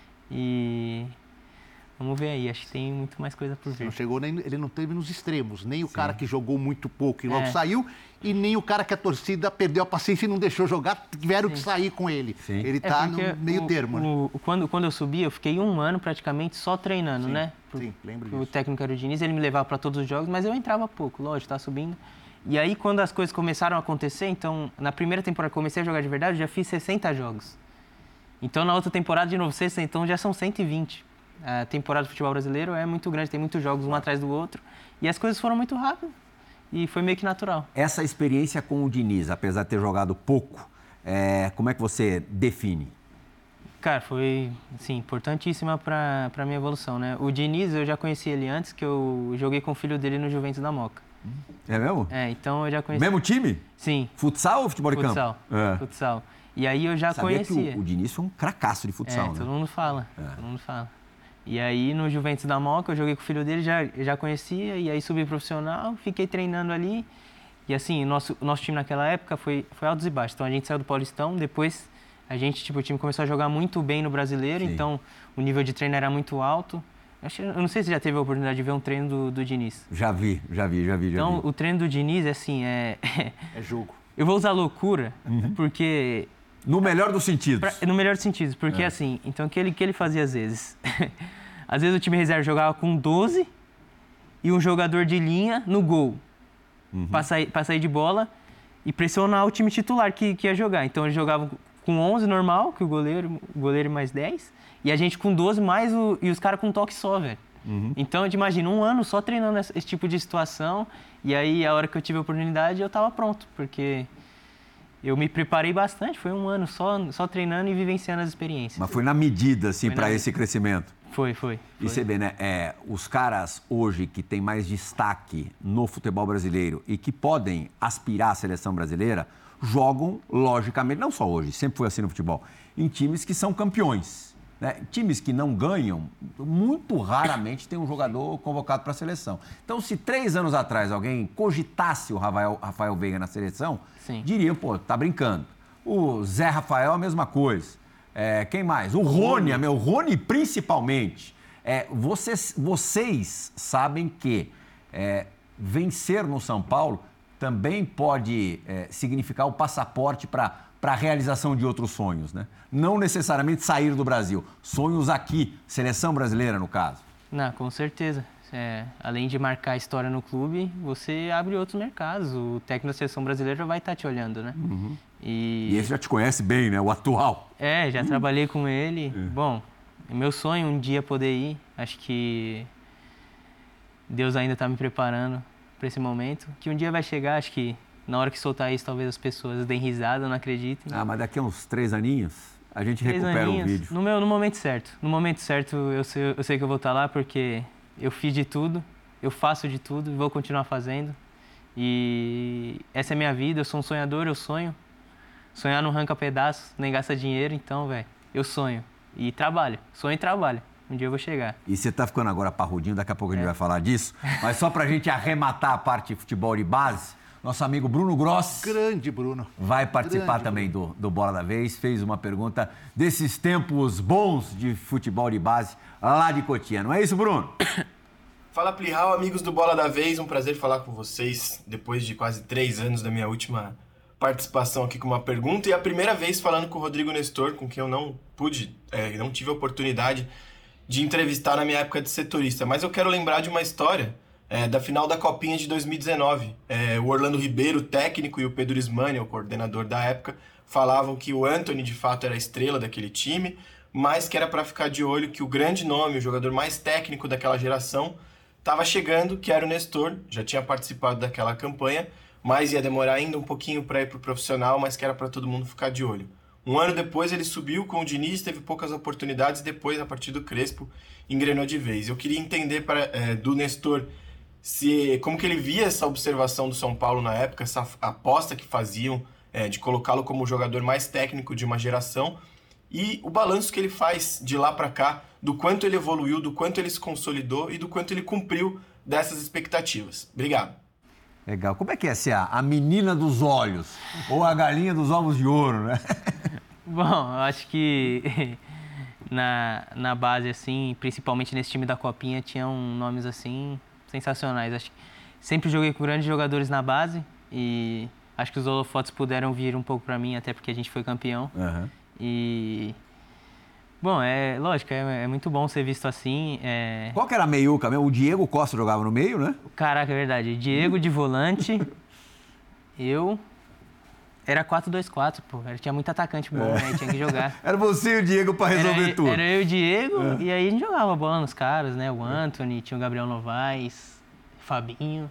E vamos ver aí, acho que tem muito mais coisa por vir. Não chegou ele não teve nos extremos, nem o cara que jogou muito pouco e logo saiu, e nem o cara que a torcida perdeu a paciência e não deixou jogar, tiveram que sair com ele. Sim. Ele está no meio termo. Né? Quando eu subi, eu fiquei 1 ano praticamente só treinando, né? Sim, lembro O disso. técnico era o Diniz, ele me levava para todos os jogos, mas eu entrava pouco, lógico, estava subindo. E aí, quando as coisas começaram a acontecer, então, na primeira temporada que eu comecei a jogar de verdade, eu já fiz 60 jogos. Então, na outra temporada, de novo, 60, então já são 120. A temporada do futebol brasileiro é muito grande, tem muitos jogos um atrás do outro. E as coisas foram muito rápido. E foi meio que natural. Essa experiência com o Diniz, apesar de ter jogado pouco, como é que você define? Cara, foi, assim, importantíssima para a minha evolução, né? O Diniz, eu já conheci ele antes, que eu joguei com o filho dele no Juventus da Moca. É mesmo? Então eu já conheci... Mesmo time? Sim. Futsal ou futebol de Futsal. campo? Futsal. E aí eu já Sabia conhecia. que o Diniz foi um cracaço de futsal, né? Todo mundo fala, todo mundo fala. E aí no Juventus da Moca, eu joguei com o filho dele, já conhecia, e aí subi profissional, fiquei treinando ali. E assim, o nosso time naquela época foi altos e baixos. Então a gente saiu do Paulistão, depois o time começou a jogar muito bem no Brasileiro, Sim. então o nível de treino era muito alto. Eu não sei se você já teve a oportunidade de ver um treino do Diniz. Já vi. Então o treino do Diniz, assim, É jogo. Eu vou usar loucura, porque... No melhor dos sentidos. No melhor dos sentidos, porque assim, então o que ele fazia às vezes? Às vezes o time reserva jogava com 12 e um jogador de linha no gol, pra sair de bola e pressionar o time titular que ia jogar. Então ele jogava com 11 normal, que o goleiro mais 10, e a gente com 12 e os caras com um toque só, velho. Então, a gente imagina, 1 ano só treinando esse tipo de situação, e aí a hora que eu tive a oportunidade eu tava pronto, porque... Eu me preparei bastante, foi 1 ano só treinando e vivenciando as experiências. Mas foi na medida, assim, para esse crescimento. Foi. E você vê, né? Os caras hoje que têm mais destaque no futebol brasileiro e que podem aspirar à seleção brasileira, jogam, logicamente, não só hoje, sempre foi assim no futebol, em times que são campeões. Né? Times que não ganham, muito raramente tem um jogador convocado para a seleção. Então, se 3 anos atrás alguém cogitasse o Rafael Veiga na seleção, Sim. diriam, pô, tá brincando. O Zé Rafael, a mesma coisa. Quem mais? O Rony, o Rony principalmente. Vocês sabem que vencer no São Paulo também pode significar o passaporte para a realização de outros sonhos, né? Não necessariamente sair do Brasil. Sonhos aqui, seleção brasileira, no caso. Não, com certeza. Além de marcar a história no clube, você abre outros mercados. O técnico da seleção brasileira já vai estar te olhando, né? Uhum. E esse já te conhece bem, né? O atual. Já trabalhei com ele. Bom, é meu sonho um dia poder ir. Acho que Deus ainda está me preparando para esse momento. Que um dia vai chegar, acho que na hora que soltar isso, talvez as pessoas deem risada, não acreditem. Mas daqui a uns 3 aninhos, a gente recupera o vídeo. No momento certo. No momento certo, eu sei que eu vou estar lá porque eu fiz de tudo, eu faço de tudo e vou continuar fazendo. E essa é a minha vida, eu sou um sonhador, eu sonho. Sonhar não arranca pedaços, nem gasta dinheiro, então, velho, eu sonho. E trabalho, sonho e trabalho. Um dia eu vou chegar. E você tá ficando agora parrudinho, daqui a pouco a gente vai falar disso. Mas só pra gente arrematar a parte de futebol de base, nosso amigo Bruno Gross. Grande Bruno. Vai participar também do Bola da Vez. Fez uma pergunta desses tempos bons de futebol de base lá de Cotia. Não é isso, Bruno? Fala, Plihal, amigos do Bola da Vez. Um prazer falar com vocês depois de quase 3 anos da minha última participação aqui com uma pergunta. E a primeira vez falando com o Rodrigo Nestor, com quem eu não tive a oportunidade de entrevistar na minha época de setorista. Mas eu quero lembrar de uma história da final da Copinha de 2019. O Orlando Ribeiro, o técnico, e o Pedro Ismani, o coordenador da época, falavam que o Antony de fato era a estrela daquele time, mas que era para ficar de olho que o grande nome, o jogador mais técnico daquela geração, estava chegando, que era o Nestor. Já tinha participado daquela campanha, mas ia demorar ainda um pouquinho para ir para o profissional, mas que era para todo mundo ficar de olho. Um ano depois ele subiu com o Diniz, teve poucas oportunidades, depois, a partir do Crespo, engrenou de vez. Eu queria entender do Nestor como que ele via essa observação do São Paulo na época, essa aposta que faziam de colocá-lo como o jogador mais técnico de uma geração, e o balanço que ele faz de lá para cá, do quanto ele evoluiu, do quanto ele se consolidou e do quanto ele cumpriu dessas expectativas. Obrigado. Legal. Como é que é ser a menina dos olhos ou a galinha dos ovos de ouro, né? Bom, eu acho que na base, assim, principalmente nesse time da Copinha, tinham nomes, assim, sensacionais. Acho que sempre joguei com grandes jogadores na base e acho que os holofotes puderam vir um pouco para mim, até porque a gente foi campeão. Uhum. E... Bom, lógico, é muito bom ser visto assim. Qual que era a meiuca mesmo? O Diego Costa jogava no meio, né? Caraca, é verdade. Diego de volante, eu... Era 4-2-4, pô. Tinha muito atacante bom, né? Tinha que jogar. Era você e o Diego pra resolver tudo. Era eu e o Diego, e aí a gente jogava bola nos caras, né? O Antony, tinha o Gabriel Novaes, Fabinho.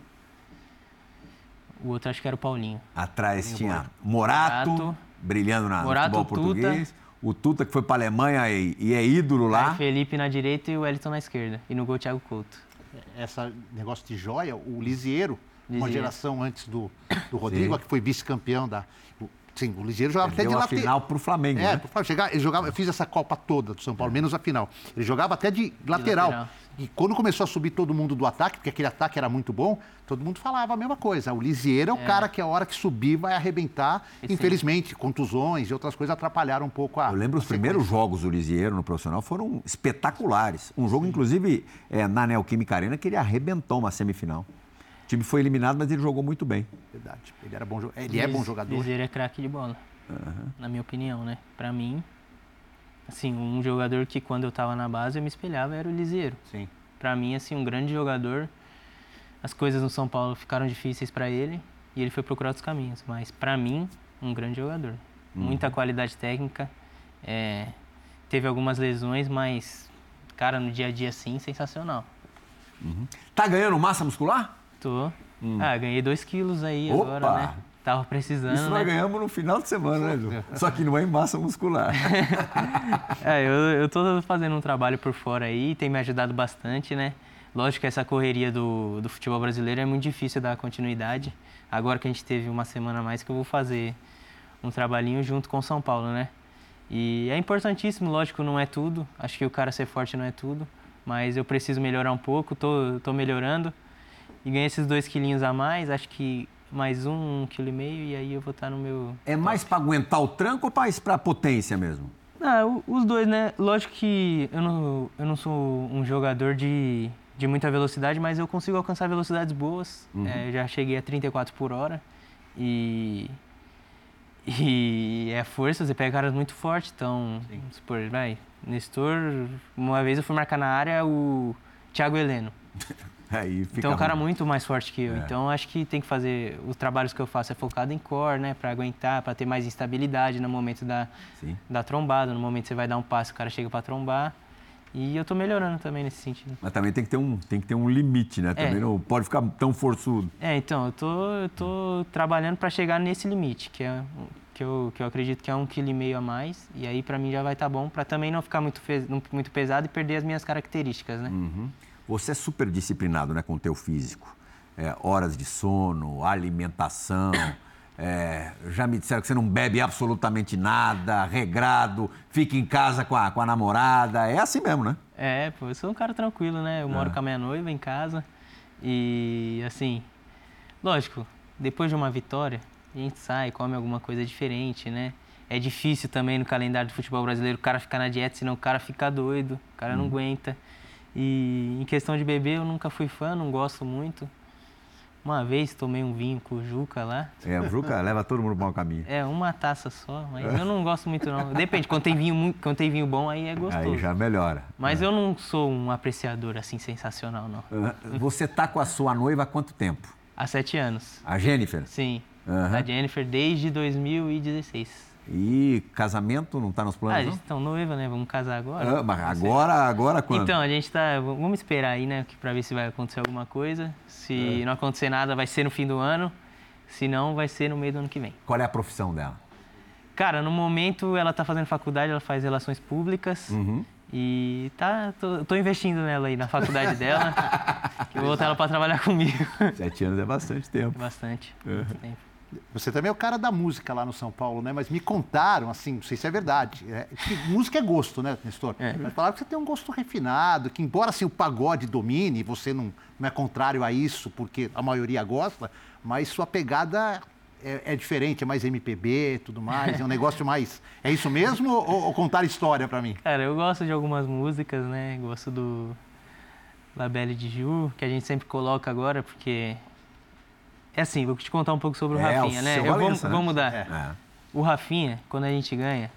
O outro acho que era o Paulinho. Atrás tinha Morato, brilhando no futebol português. O Tuta, que foi pra Alemanha e é ídolo lá. Aí Felipe na direita e o Wellington na esquerda. E no gol, Thiago Couto. Esse negócio de joia, o Lisieiro, uma geração antes do Rodrigo, que foi vice-campeão da... Sim, o Lisieiro jogava até de lateral. Final pro Flamengo, né? Ele jogava, eu fiz essa Copa toda do São Paulo, menos a final. Ele jogava até de lateral. E quando começou a subir todo mundo do ataque, porque aquele ataque era muito bom, todo mundo falava a mesma coisa. O Lisieiro é o cara que a hora que subir vai arrebentar. Infelizmente, contusões e outras coisas atrapalharam um pouco a... Eu lembro os primeiros jogos do Lisieiro no profissional foram espetaculares. Um jogo, inclusive, na Neoquímica Arena, que ele arrebentou uma semifinal. O time foi eliminado, mas ele jogou muito bem. Verdade. Ele era bom jogador. Ele é bom jogador. Lisieiro é craque de bola, na minha opinião, né? Pra mim, assim, um jogador que quando eu tava na base eu me espelhava era o Lisieiro. Sim. Pra mim, assim, um grande jogador. As coisas no São Paulo ficaram difíceis pra ele e ele foi procurar outros caminhos. Mas pra mim, um grande jogador. Muita qualidade técnica. Teve algumas lesões, mas, cara, no dia a dia, assim, sensacional. Tá ganhando massa muscular? Tô. Ganhei 2 quilos aí Opa! agora, né? Tava precisando, Isso né? nós ganhamos no final de semana, né, Edu? Só que não é em massa muscular. Eu tô fazendo um trabalho por fora aí, tem me ajudado bastante, né? Lógico que essa correria do futebol brasileiro é muito difícil dar continuidade. Agora que a gente teve uma semana a mais que eu vou fazer um trabalhinho junto com o São Paulo, né? E é importantíssimo, lógico, não é tudo. Acho que o cara ser forte não é tudo. Mas eu preciso melhorar um pouco, tô melhorando. E ganhei esses 2 quilinhos a mais, acho que mais 1,5 kg e aí eu vou estar no meu... É mais para aguentar o tranco ou mais para potência mesmo? Os dois, né? Lógico que eu não sou um jogador de muita velocidade, mas eu consigo alcançar velocidades boas. Eu já cheguei a 34 por hora e é força, você pega caras muito fortes, então, vamos supor, Nestor, uma vez eu fui marcar na área o Thiago Heleno. Aí fica Então, um cara ruim. muito mais forte que eu. Então, acho que tem que fazer... Os trabalhos que eu faço é focado em core, né? Pra aguentar, pra ter mais instabilidade no momento da trombada. No momento que você vai dar um passe, o cara chega pra trombar. E eu tô melhorando também nesse sentido. Mas também tem que ter um limite, né? Também não pode ficar tão forçudo. Então, eu tô trabalhando pra chegar nesse limite, que eu acredito que é 1,5 kg a mais. E aí, pra mim, já vai estar bom, pra também não ficar muito pesado e perder as minhas características, né? Você é super disciplinado, né, com o teu físico. Horas de sono, alimentação. Já me disseram que você não bebe absolutamente nada, regrado, fica em casa com a namorada. É assim mesmo, né? Eu sou um cara tranquilo, né? Eu moro com a minha noiva em casa. E, assim, lógico, depois de uma vitória, a gente sai, come alguma coisa diferente, né? É difícil também no calendário do futebol brasileiro o cara ficar na dieta, senão o cara fica doido, o cara não aguenta. E em questão de beber, eu nunca fui fã, não gosto muito. Uma vez tomei um vinho com o Juca lá. O Juca leva todo mundo para o mau caminho. Uma taça só, mas eu não gosto muito não. Depende, quando tem vinho bom, aí é gostoso. Aí já melhora. Mas eu não sou um apreciador assim sensacional, não. Você tá com a sua noiva há quanto tempo? Há 7 anos. A Jennifer? Sim, a Jennifer desde 2016. E casamento não tá nos planos, a gente tá noiva, né? Vamos casar agora. Mas agora quando? Então, a gente tá... Vamos esperar aí, né? Pra ver se vai acontecer alguma coisa. Se não acontecer nada, vai ser no fim do ano. Se não, vai ser no meio do ano que vem. Qual é a profissão dela? Cara, no momento ela tá fazendo faculdade, ela faz relações públicas. E tô investindo nela aí, na faculdade dela. Que eu vou botar ela pra trabalhar comigo. 7 anos é bastante tempo. Bastante tempo. Você também é o cara da música lá no São Paulo, né? Mas me contaram, assim, não sei se é verdade, que música é gosto, né, Nestor? Mas falaram que você tem um gosto refinado, que embora assim, o pagode domine, você não é contrário a isso, porque a maioria gosta, mas sua pegada é diferente, é mais MPB e tudo mais, é um negócio mais... É isso mesmo ou contar história pra mim? Cara, eu gosto de algumas músicas, né? Gosto do La Belle de Jour, que a gente sempre coloca agora, porque... É assim, vou te contar um pouco sobre o Rafinha, né? Vou mudar. O Rafinha, quando a gente ganha,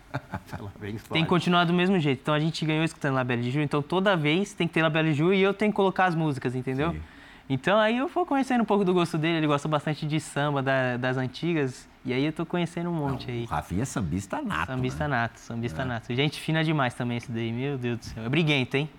tem que continuar do mesmo jeito. Então a gente ganhou escutando La Belle de Jour, então toda vez tem que ter La Belle de Jour e eu tenho que colocar as músicas, entendeu? Sim. Então aí eu vou conhecendo um pouco do gosto dele, ele gosta bastante de samba, das antigas, e aí eu tô conhecendo um monte aí. O Rafinha é sambista nato. Sambista nato, sambista nato. Gente fina demais também esse daí, meu Deus do céu. É briguento, hein?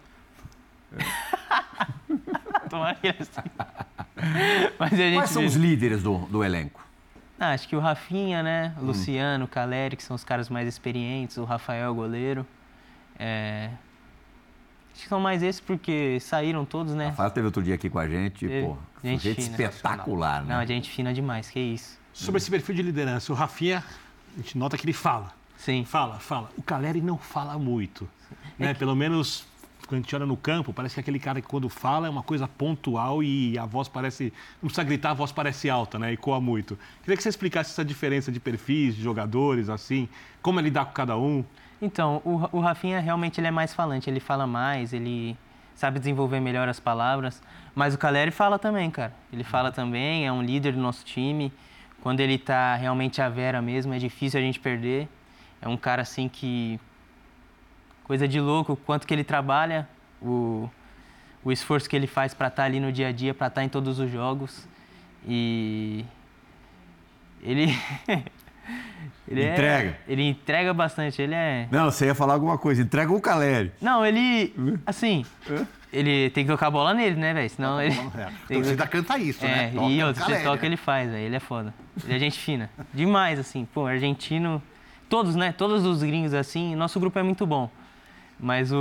Tomara que ele assim. Mas Quais são os líderes do elenco? Acho que o Rafinha, né? O Luciano, o Caleri, que são os caras mais experientes, o Rafael, goleiro. Acho que são mais esses porque saíram todos, né? O Rafael teve outro dia aqui com a gente, gente espetacular, né? Não, gente fina demais, que isso. Sobre esse perfil de liderança, o Rafinha, a gente nota que ele fala. Sim. Fala. O Caleri não fala muito, né? Pelo menos... Quando a gente olha no campo, parece que aquele cara que quando fala é uma coisa pontual e a voz parece... Não precisa gritar, a voz parece alta, né? Ecoa muito. Queria que você explicasse essa diferença de perfis, de jogadores, assim. Como é lidar com cada um. Então, o Rafinha realmente ele é mais falante. Ele fala mais, ele sabe desenvolver melhor as palavras. Mas o Caleri fala também, cara. Ele fala também, é um líder do nosso time. Quando ele tá realmente à vera mesmo, é difícil a gente perder. É um cara, assim, que... Coisa de louco, o quanto que ele trabalha, o esforço que ele faz para estar ali no dia a dia, para estar em todos os jogos. E ele Ele entrega bastante, ele é... Não, você ia falar alguma coisa, entrega o Caleri. Não, ele, assim, ele tem que tocar a bola nele, né, velho? Senão ele... A torcida canta isso, né? E outro, você toca, ele faz, velho, ele é foda. Ele é gente fina, demais, assim, pô, argentino, todos, né, todos os gringos, assim, nosso grupo é muito bom. Mas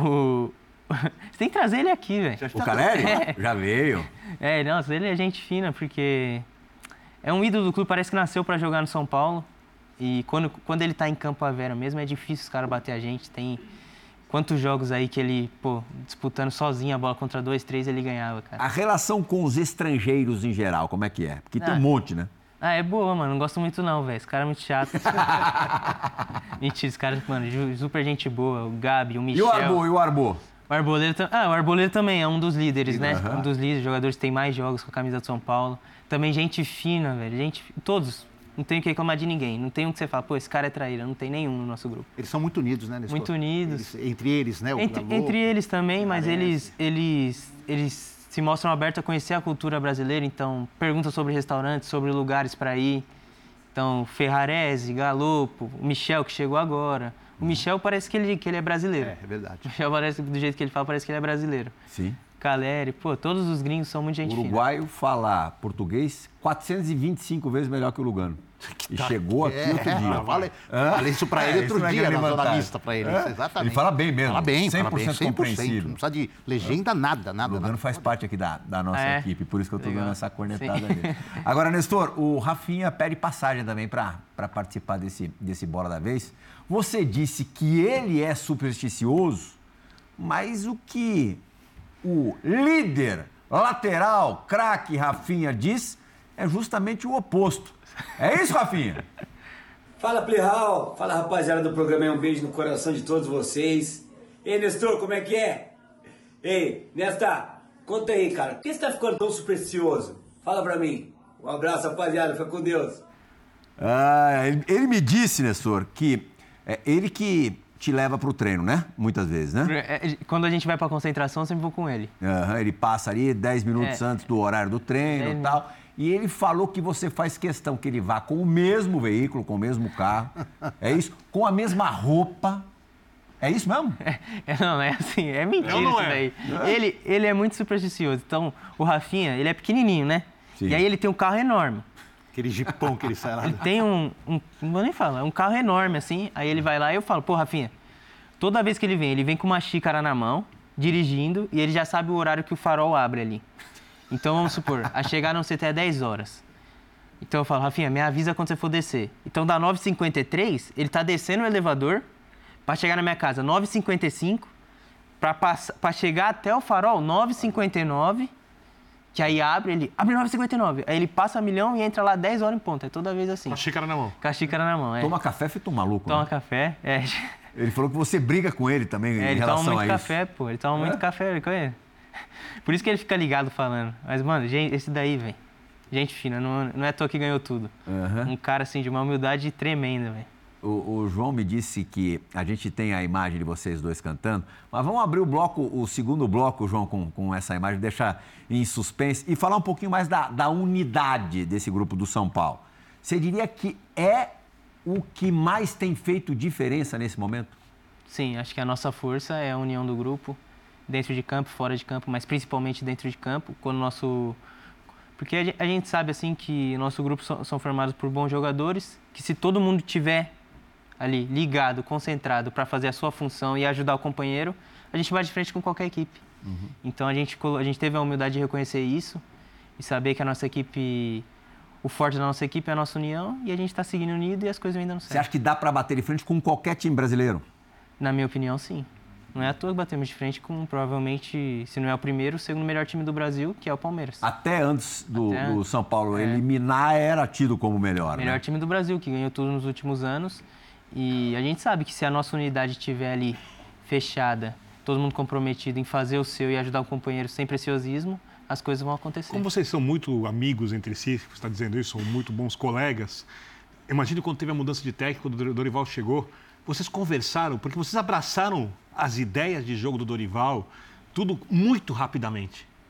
você tem que trazer ele aqui, velho. O Caleri? Já veio. Nossa, ele é gente fina, porque é um ídolo do clube, parece que nasceu pra jogar no São Paulo. E quando ele tá em campo a Vera mesmo, é difícil os caras bater a gente. Tem quantos jogos aí que ele, disputando sozinho a bola contra 2, 3, ele ganhava, cara. A relação com os estrangeiros em geral, como é que é? Porque tem um monte, né? É boa, mano. Não gosto muito não, velho. Esse cara é muito chato. Mentira, esse cara, mano, super gente boa. O Gabi, o Michel. E o Arbô? O Arboleda também é um dos líderes, né? Um dos líderes, jogadores que tem mais jogos com a camisa de São Paulo. Também gente fina, velho. Todos. Não tem o que reclamar de ninguém. Não tem um que você fala, pô, esse cara é traíra. Não tem nenhum no nosso grupo. Eles são muito unidos, né, Nestor? Muito unidos. Entre eles, né? Entre eles também, mas eles se mostram abertos a conhecer a cultura brasileira. Então, perguntam sobre restaurantes, sobre lugares para ir. Então, Ferrarese, Galopo, o Michel, que chegou agora. O Michel parece que ele é brasileiro. É verdade. O Michel parece, do jeito que ele fala, parece que ele é brasileiro. Sim. Caleri, todos os gringos são muito gente fina. O uruguaio fala português 425 vezes melhor que o Lugano. E chegou aqui outro dia. Falei isso pra ele outro dia na zona mista pra ele. Exatamente. Ele fala bem mesmo. Fala bem, 100% compreensível. Não precisa de legenda, nada. O Lugano faz parte aqui da nossa equipe, por isso que eu tô dando essa cornetada dele. Agora, Nestor, o Rafinha pede passagem também para participar desse Bola da Vez. Você disse que ele é supersticioso, mas o que o líder lateral, craque Rafinha diz é justamente o oposto. É isso, Rafinha? Fala, Plihal. Fala, rapaziada do programa. Um beijo no coração de todos vocês. Ei, Nestor, como é que é? Ei, Nesta, conta aí, cara. Por que você tá ficando tão supersticioso? Fala pra mim. Um abraço, rapaziada. Fica com Deus. Ele me disse, Nestor, que é ele que te leva pro treino, né? Muitas vezes, né? Quando a gente vai pra concentração, eu sempre vou com ele. Ele passa ali 10 minutos antes do horário do treino e tal. E ele falou que você faz questão que ele vá com o mesmo veículo, com o mesmo carro. É isso? Com a mesma roupa. É isso mesmo? Não é assim. É mentira isso daí. Ele é muito supersticioso. Então, o Rafinha, ele é pequenininho, né? Sim. E aí ele tem um carro enorme. Aquele jipão que ele sai lá. Ele tem não vou nem falar, é um carro enorme, assim. Aí ele vai lá e eu falo, pô, Rafinha, toda vez que ele vem com uma xícara na mão, dirigindo, e ele já sabe o horário que o farol abre ali. Então, vamos supor, a chegada não sei até 10 horas. Então eu falo, Rafinha, me avisa quando você for descer. Então, da 9h53, ele tá descendo o elevador para chegar na minha casa 9h55, para chegar até o farol 9h59, que aí abre 9h59. Aí ele passa milhão e entra lá 10 horas em ponto. É toda vez assim. Com a xícara na mão. Com a xícara na mão, Toma café feito um maluco, Toma né? café, Ele falou que você briga com ele também em relação a isso. Ele toma muito café, pô. Ele toma muito café com ele. Por isso que ele fica ligado falando. Mas, mano, esse daí, velho, gente fina, não é à toa que ganhou tudo. Um cara, assim, de uma humildade tremenda, velho. O João me disse que a gente tem a imagem de vocês dois cantando, mas vamos abrir o segundo bloco, João, com essa imagem, deixar em suspense e falar um pouquinho mais da unidade desse grupo do São Paulo. Você diria que é o que mais tem feito diferença nesse momento? Sim, acho que a nossa força é a união do grupo, dentro de campo, fora de campo, mas principalmente dentro de campo, porque a gente sabe assim que nosso grupo são formados por bons jogadores, que se todo mundo tiver ali ligado, concentrado para fazer a sua função e ajudar o companheiro, a gente vai de frente com qualquer equipe. Então a gente teve a humildade de reconhecer isso e saber que a nossa equipe, o forte da nossa equipe é a nossa união e a gente está seguindo unido e as coisas vêm dando certo. Você acha que dá para bater de frente com qualquer time brasileiro? Na minha opinião, sim. Não é à toa que batemos de frente com, provavelmente, se não é o primeiro, o segundo melhor time do Brasil, que é o Palmeiras. Até antes do São Paulo eliminar, era tido como melhor, melhor time do Brasil, que ganhou tudo nos últimos anos. E a gente sabe que se a nossa unidade estiver ali fechada, todo mundo comprometido em fazer o seu e ajudar o companheiro sem preciosismo, as coisas vão acontecer. Como vocês são muito amigos entre si, você está dizendo isso, são muito bons colegas, imagine quando teve a mudança de técnico, quando o Dorival chegou, vocês conversaram, porque vocês abraçaram as ideias de jogo do Dorival, tudo muito rapidamente.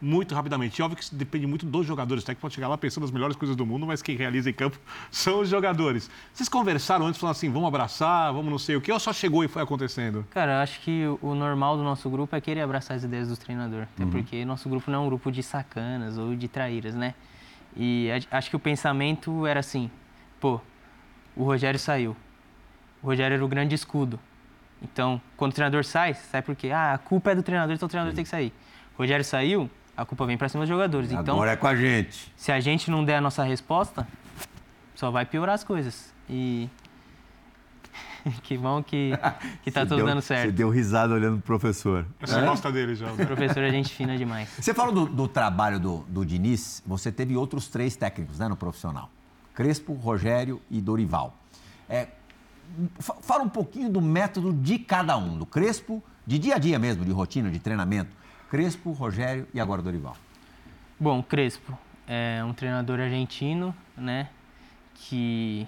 muito rapidamente. E óbvio que isso depende muito dos jogadores. Até que pode chegar lá pensando nas melhores coisas do mundo, mas quem realiza em campo são os jogadores. Vocês conversaram antes, falaram assim, vamos abraçar, vamos não sei o quê, ou só chegou e foi acontecendo? Cara, eu acho que o normal do nosso grupo é querer abraçar as ideias do treinador. Até porque nosso grupo não é um grupo de sacanas ou de traíras, né? E acho que o pensamento era assim, pô, o Rogério saiu. O Rogério era o grande escudo. Então, quando o treinador sai porque a culpa é do treinador, então o treinador tem que sair. O Rogério saiu, a culpa vem para cima dos jogadores. Então, agora é com a gente. Se a gente não der a nossa resposta, só vai piorar as coisas. E que bom que tá tudo dando certo. Você deu risada olhando pro professor. Você gosta dele já. O professor é gente fina demais. Você falou do trabalho do Diniz, você teve outros 3 técnicos, né, no profissional. Crespo, Rogério e Dorival. Fala um pouquinho do método de cada um, do Crespo, de dia a dia mesmo, de rotina, de treinamento. Crespo, Rogério e agora Dorival. Bom, Crespo é um treinador argentino, né, que...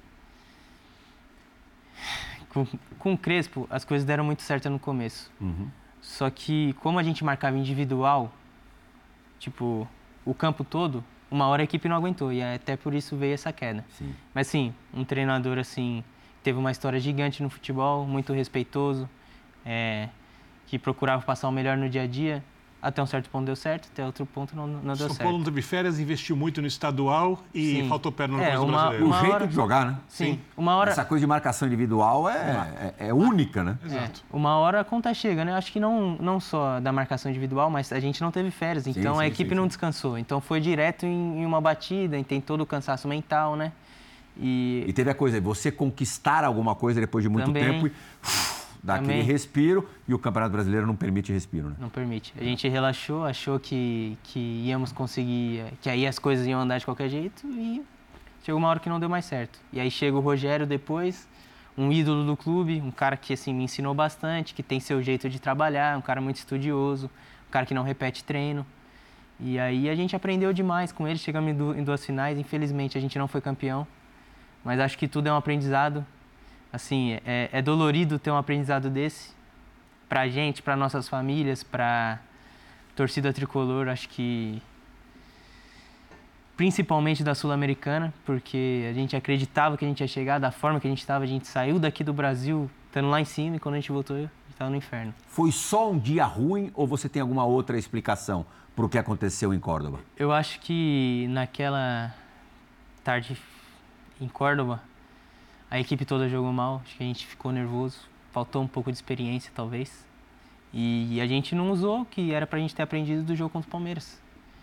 Com o Crespo, as coisas deram muito certo no começo. Só que, como a gente marcava individual, tipo, o campo todo, uma hora a equipe não aguentou. E até por isso veio essa queda. Sim. Mas, sim, um treinador, assim, teve uma história gigante no futebol, muito respeitoso, que procurava passar o melhor no dia a dia. Até um certo ponto deu certo, até outro ponto não deu certo. São Paulo não teve férias, investiu muito no estadual e Sim. faltou perna no Campeonato Brasileiro. O jeito de jogar, né? Sim. Uma hora... Essa coisa de marcação individual é única, né? Exato. Uma hora a conta chega, né? Acho que não só da marcação individual, mas a gente não teve férias, então a equipe não descansou. Então foi direto em uma batida, tem todo o cansaço mental, né? E teve a coisa, você conquistar alguma coisa depois de muito tempo e dá aquele respiro, e o Campeonato Brasileiro não permite respiro, né? Não permite. A gente relaxou, achou que íamos conseguir, que aí as coisas iam andar de qualquer jeito, e chegou uma hora que não deu mais certo. E aí chega o Rogério depois, um ídolo do clube, um cara que assim, me ensinou bastante, que tem seu jeito de trabalhar, um cara muito estudioso, um cara que não repete treino. E aí a gente aprendeu demais com ele, chegamos em 2 finais, infelizmente a gente não foi campeão, mas acho que tudo é um aprendizado. Assim, é dolorido ter um aprendizado desse pra gente, pra nossas famílias, pra torcida tricolor, acho que principalmente da Sul-Americana, porque a gente acreditava que a gente ia chegar da forma que a gente estava, a gente saiu daqui do Brasil estando lá em cima e quando a gente voltou, a gente estava no inferno. Foi só um dia ruim ou você tem alguma outra explicação para o que aconteceu em Córdoba? Eu acho que naquela tarde em Córdoba, a equipe toda jogou mal, acho que a gente ficou nervoso, faltou um pouco de experiência talvez, e a gente não usou o que era pra gente ter aprendido do jogo contra o Palmeiras.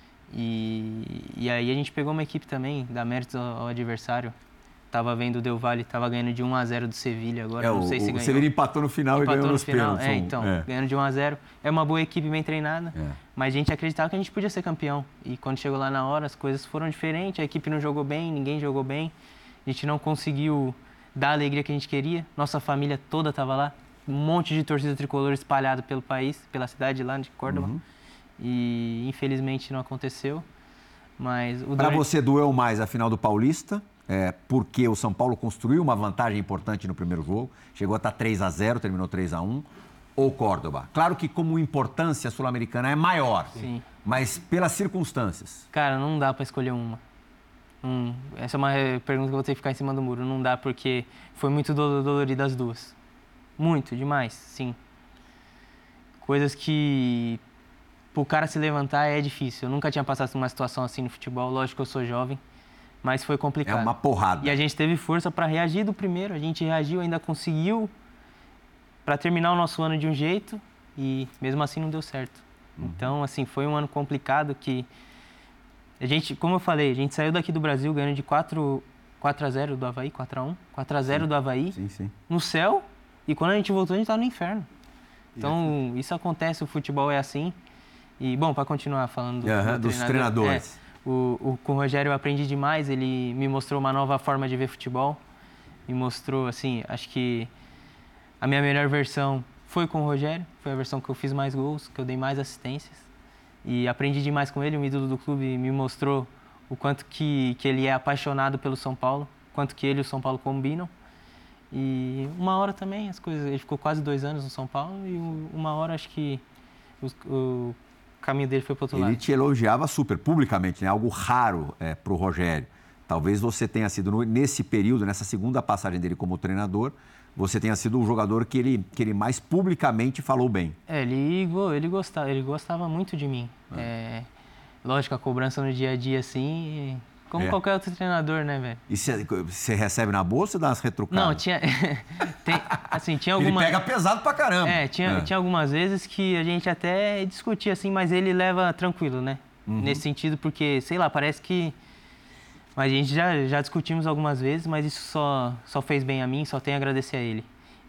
E aí a gente pegou uma equipe também, dá méritos ao adversário. Tava vendo o Del Valle, tava ganhando de 1-0 do Sevilha agora, não sei se ganhou. O Sevilha empatou no final e ganhou nos pênaltis. Ganhando de 1-0. É uma boa equipe, bem treinada, mas a gente acreditava que a gente podia ser campeão. E quando chegou lá na hora, as coisas foram diferentes, a equipe não jogou bem, ninguém jogou bem. A gente não conseguiu dar a alegria que a gente queria. Nossa família toda estava lá, um monte de torcida tricolor espalhada pelo país, pela cidade lá de Córdoba. E infelizmente não aconteceu. Mas para você doeu mais a final do Paulista, porque o São Paulo construiu uma vantagem importante no primeiro jogo, chegou a estar 3-0, terminou 3-1, ou Córdoba? Claro que como importância a Sul-Americana é maior, sim, mas pelas circunstâncias. Cara, não dá para escolher uma. Essa é uma pergunta que eu vou ter que ficar em cima do muro. Não dá porque foi muito dolorido as duas. Muito, demais, sim. Coisas que pro cara se levantar é difícil. Eu nunca tinha passado por uma situação assim no futebol. Lógico que eu sou jovem, mas foi complicado. É uma porrada. E a gente teve força para reagir do primeiro. A gente reagiu, ainda conseguiu para terminar o nosso ano de um jeito e mesmo assim não deu certo. Então, assim, foi um ano complicado que a gente, como eu falei, a gente saiu daqui do Brasil ganhando de 4-0 do Avaí, 4-1, 4-0 do Avaí, no céu, e quando a gente voltou a gente estava no inferno. Então, isso acontece, o futebol é assim. E, bom, para continuar falando dos treinadores. Com o Rogério eu aprendi demais, ele me mostrou uma nova forma de ver futebol, me mostrou, assim, acho que a minha melhor versão foi com o Rogério, foi a versão que eu fiz mais gols, que eu dei mais assistências. E aprendi demais com ele, um ídolo do clube, me mostrou o quanto que ele é apaixonado pelo São Paulo, quanto que ele e o São Paulo combinam. E uma hora também, as coisas, ele ficou quase 2 anos no São Paulo e uma hora acho que caminho dele foi para outro lado. Ele te elogiava super, publicamente, né? Algo raro para o Rogério. Talvez você tenha sido, nesse período, nessa segunda passagem dele como treinador, você tenha sido o jogador que ele mais publicamente falou bem. Ele gostava muito de mim. Lógico, a cobrança no dia a dia, assim, como qualquer outro treinador, né, velho? E você recebe na bolsa ou dá umas retrucadas? Não, tinha algumas... Ele pega pesado pra caramba. Tinha algumas vezes que a gente até discutia, assim, mas ele leva tranquilo, né? Nesse sentido, porque, sei lá, parece que... A gente já discutimos algumas vezes, mas isso só fez bem a mim, só tenho a agradecer a ele.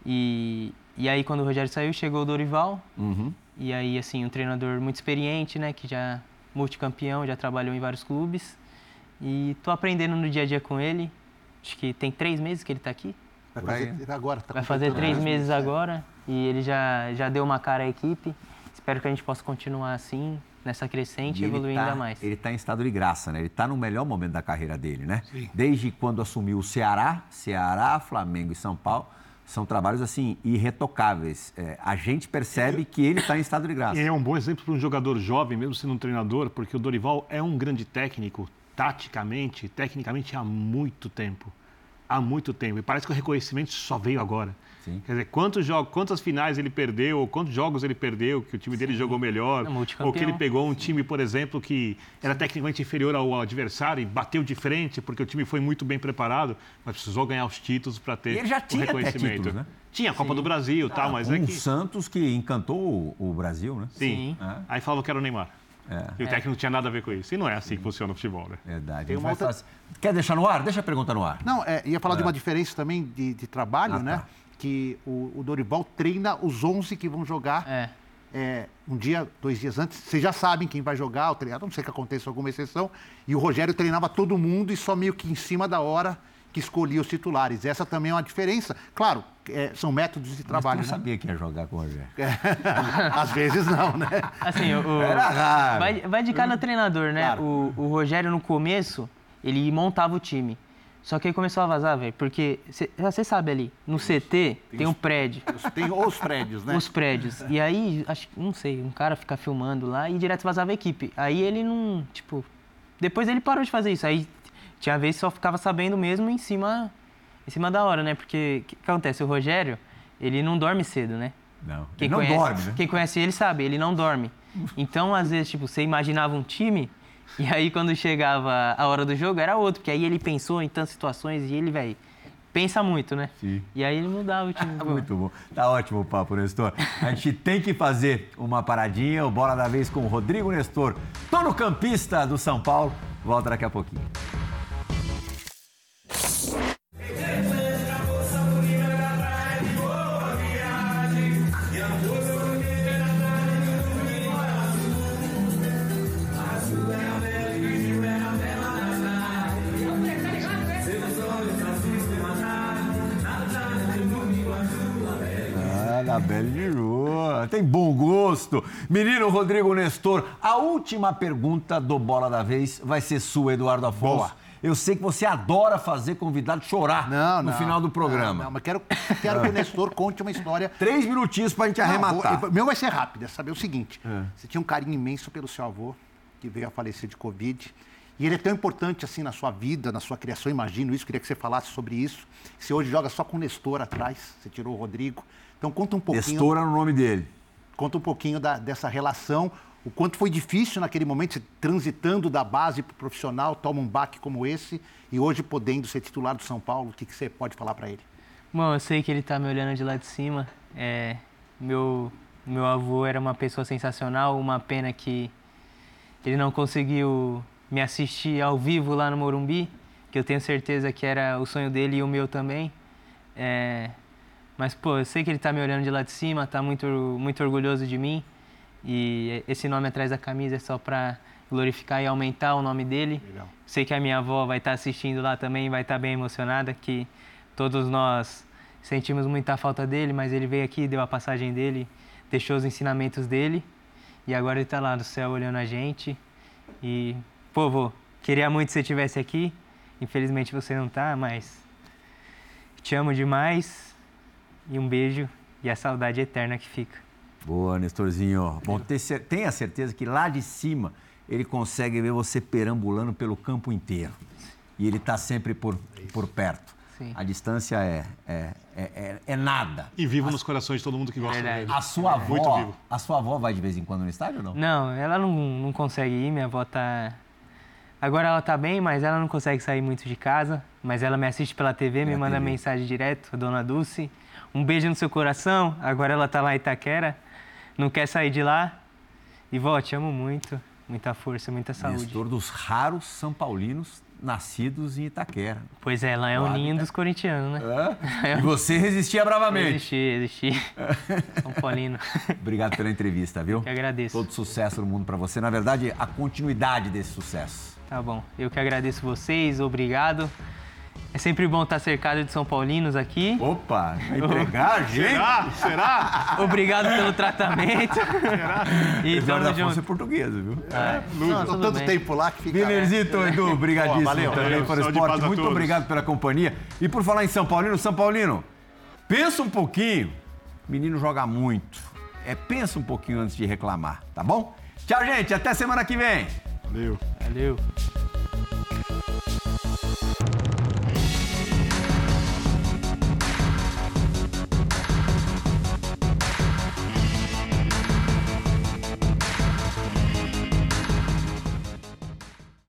E aí, quando o Rogério saiu, chegou o Dorival. E aí, assim, um treinador muito experiente, né? Que já multicampeão, já trabalhou em vários clubes. E tô aprendendo no dia a dia com ele. Acho que tem 3 meses que ele tá aqui. Vai fazer agora. Vai fazer 3 meses agora. E ele já deu uma cara à equipe. Espero que a gente possa continuar assim, nessa crescente e evoluir ainda mais. Ele está em estado de graça, né? Ele está no melhor momento da carreira dele, né? Sim. Desde quando assumiu o Ceará, Flamengo e São Paulo, são trabalhos, assim, irretocáveis. A gente percebe que ele está em estado de graça. E é um bom exemplo para um jogador jovem, mesmo sendo um treinador, porque o Dorival é um grande técnico, tecnicamente, há muito tempo. Há muito tempo. E parece que o reconhecimento só veio agora. Sim. Quer dizer, quantas finais ele perdeu, ou quantos jogos ele perdeu, que o time dele jogou melhor, ou que ele pegou um time, por exemplo, que era tecnicamente inferior ao adversário e bateu de frente, porque o time foi muito bem preparado, mas precisou ganhar os títulos para ter ele já tinha o reconhecimento. até títulos, né? Tinha a Copa do Brasil e tal, mas é que... Santos que encantou o Brasil, né? Sim. Aí falava que era o Neymar. E o técnico não tinha nada a ver com isso. E não é assim que funciona o futebol, né? Verdade. Tem uma outra... Quer deixar no ar? Deixa a pergunta no ar. Não, ia falar de uma diferença também de trabalho, né? Tá. Que o Dorival treina os 11 que vão jogar um dia, 2 dias antes. Vocês já sabem quem vai jogar, o treinador, não sei que aconteça alguma exceção. E o Rogério treinava todo mundo e só meio que em cima da hora que escolhia os titulares. Essa também é uma diferença. Claro, são métodos de trabalho. Mas tu não sabia que ia jogar com o Rogério. Às vezes não, né? Assim, Era raro. Vai de cada treinador, né? Claro. O Rogério, no começo, ele montava o time. Só que aí começou a vazar, velho, porque você sabe ali, no CT tem um prédio. Tem os prédios, né? Os prédios. E aí, não sei, um cara fica filmando lá e direto vazava a equipe. Aí ele não, depois ele parou de fazer isso. Aí tinha vez que só ficava sabendo mesmo em cima da hora, né? Porque o que acontece? O Rogério, ele não dorme cedo, né? Não, ele não dorme, né? Quem conhece ele sabe, ele não dorme. Então, às vezes, você imaginava um time... E aí, quando chegava a hora do jogo, era outro, porque aí ele pensou em tantas situações e ele, velho, pensa muito, né? Sim. E aí ele mudava o time. Muito bom. Tá ótimo o papo, Nestor. A gente tem que fazer uma paradinha, o Bola da Vez com o Rodrigo Nestor, tonocampista do São Paulo. Volta daqui a pouquinho. Bela de rua, tem bom gosto. Menino Rodrigo Nestor, a última pergunta do Bola da Vez vai ser sua, Eduardo Afonso. Boa. Eu sei que você adora fazer convidado chorar no final do programa. Não, mas quero que o Nestor conte uma história. 3 minutinhos pra gente arrematar. Meu vai ser rápido, é saber o seguinte. Você tinha um carinho imenso pelo seu avô, que veio a falecer de Covid. E ele é tão importante assim na sua vida, na sua criação, imagino isso, queria que você falasse sobre isso. Você hoje joga só com o Nestor atrás, você tirou o Rodrigo. Então conta um pouquinho... Nestor era o nome dele. Conta um pouquinho dessa relação, o quanto foi difícil naquele momento, você transitando da base para o profissional, toma um baque como esse, e hoje podendo ser titular do São Paulo, o que você pode falar para ele? Bom, eu sei que ele está me olhando de lá de cima. Meu avô era uma pessoa sensacional, uma pena que ele não conseguiu me assistir ao vivo lá no Morumbi, que eu tenho certeza que era o sonho dele e o meu também. Mas, pô, eu sei que ele tá me olhando de lá de cima, tá muito, muito orgulhoso de mim. E esse nome atrás da camisa é só para glorificar e aumentar o nome dele. Legal. Sei que a minha avó vai estar assistindo lá também, vai estar bem emocionada, que todos nós sentimos muita falta dele, mas ele veio aqui, deu a passagem dele, deixou os ensinamentos dele. E agora ele tá lá no céu olhando a gente. E, pô, vô, queria muito que você estivesse aqui. Infelizmente você não tá, mas te amo demais. E um beijo e a saudade eterna que fica. Boa, Nestorzinho. Bom, tenha certeza que lá de cima ele consegue ver você perambulando pelo campo inteiro. E ele está sempre por perto. Sim. A distância é nada. E vivo nos corações de todo mundo que gosta Verdade. dele. A sua Muito avó, vivo. a sua avó vai de vez em quando no estádio ou não? Não, ela não consegue ir, minha avó tá... Agora ela tá bem, mas ela não consegue sair muito de casa. Mas ela me assiste pela TV, me manda mensagem direto, a dona Dulce. Um beijo no seu coração. Agora ela tá lá em Itaquera, não quer sair de lá. E vó, te amo muito. Muita força, muita saúde. Nestor dos raros São Paulinos nascidos em Itaquera. Pois é, lá é o ninho dos corintianos, né? E você resistia bravamente. Existi. São Paulino. Obrigado pela entrevista, viu? Eu que agradeço. Todo sucesso no mundo para você. Na verdade, a continuidade desse sucesso. Tá bom. Eu que agradeço vocês, obrigado. É sempre bom estar cercado de São Paulinos aqui. Opa, vai entregar, gente? Será? Obrigado pelo tratamento. E Eduardo tamo Afonso é junto. português, viu? Não, tudo tanto bem. tempo lá que fica... Minerzito, Edu, obrigadíssimo Valeu, também valeu. para o Saúde e esporte. paz a Muito todos. obrigado pela companhia. E por falar em São Paulino, pensa um pouquinho. O menino joga muito. Pensa um pouquinho antes de reclamar, tá bom? Tchau, gente. Até semana que vem. Valeu. Valeu.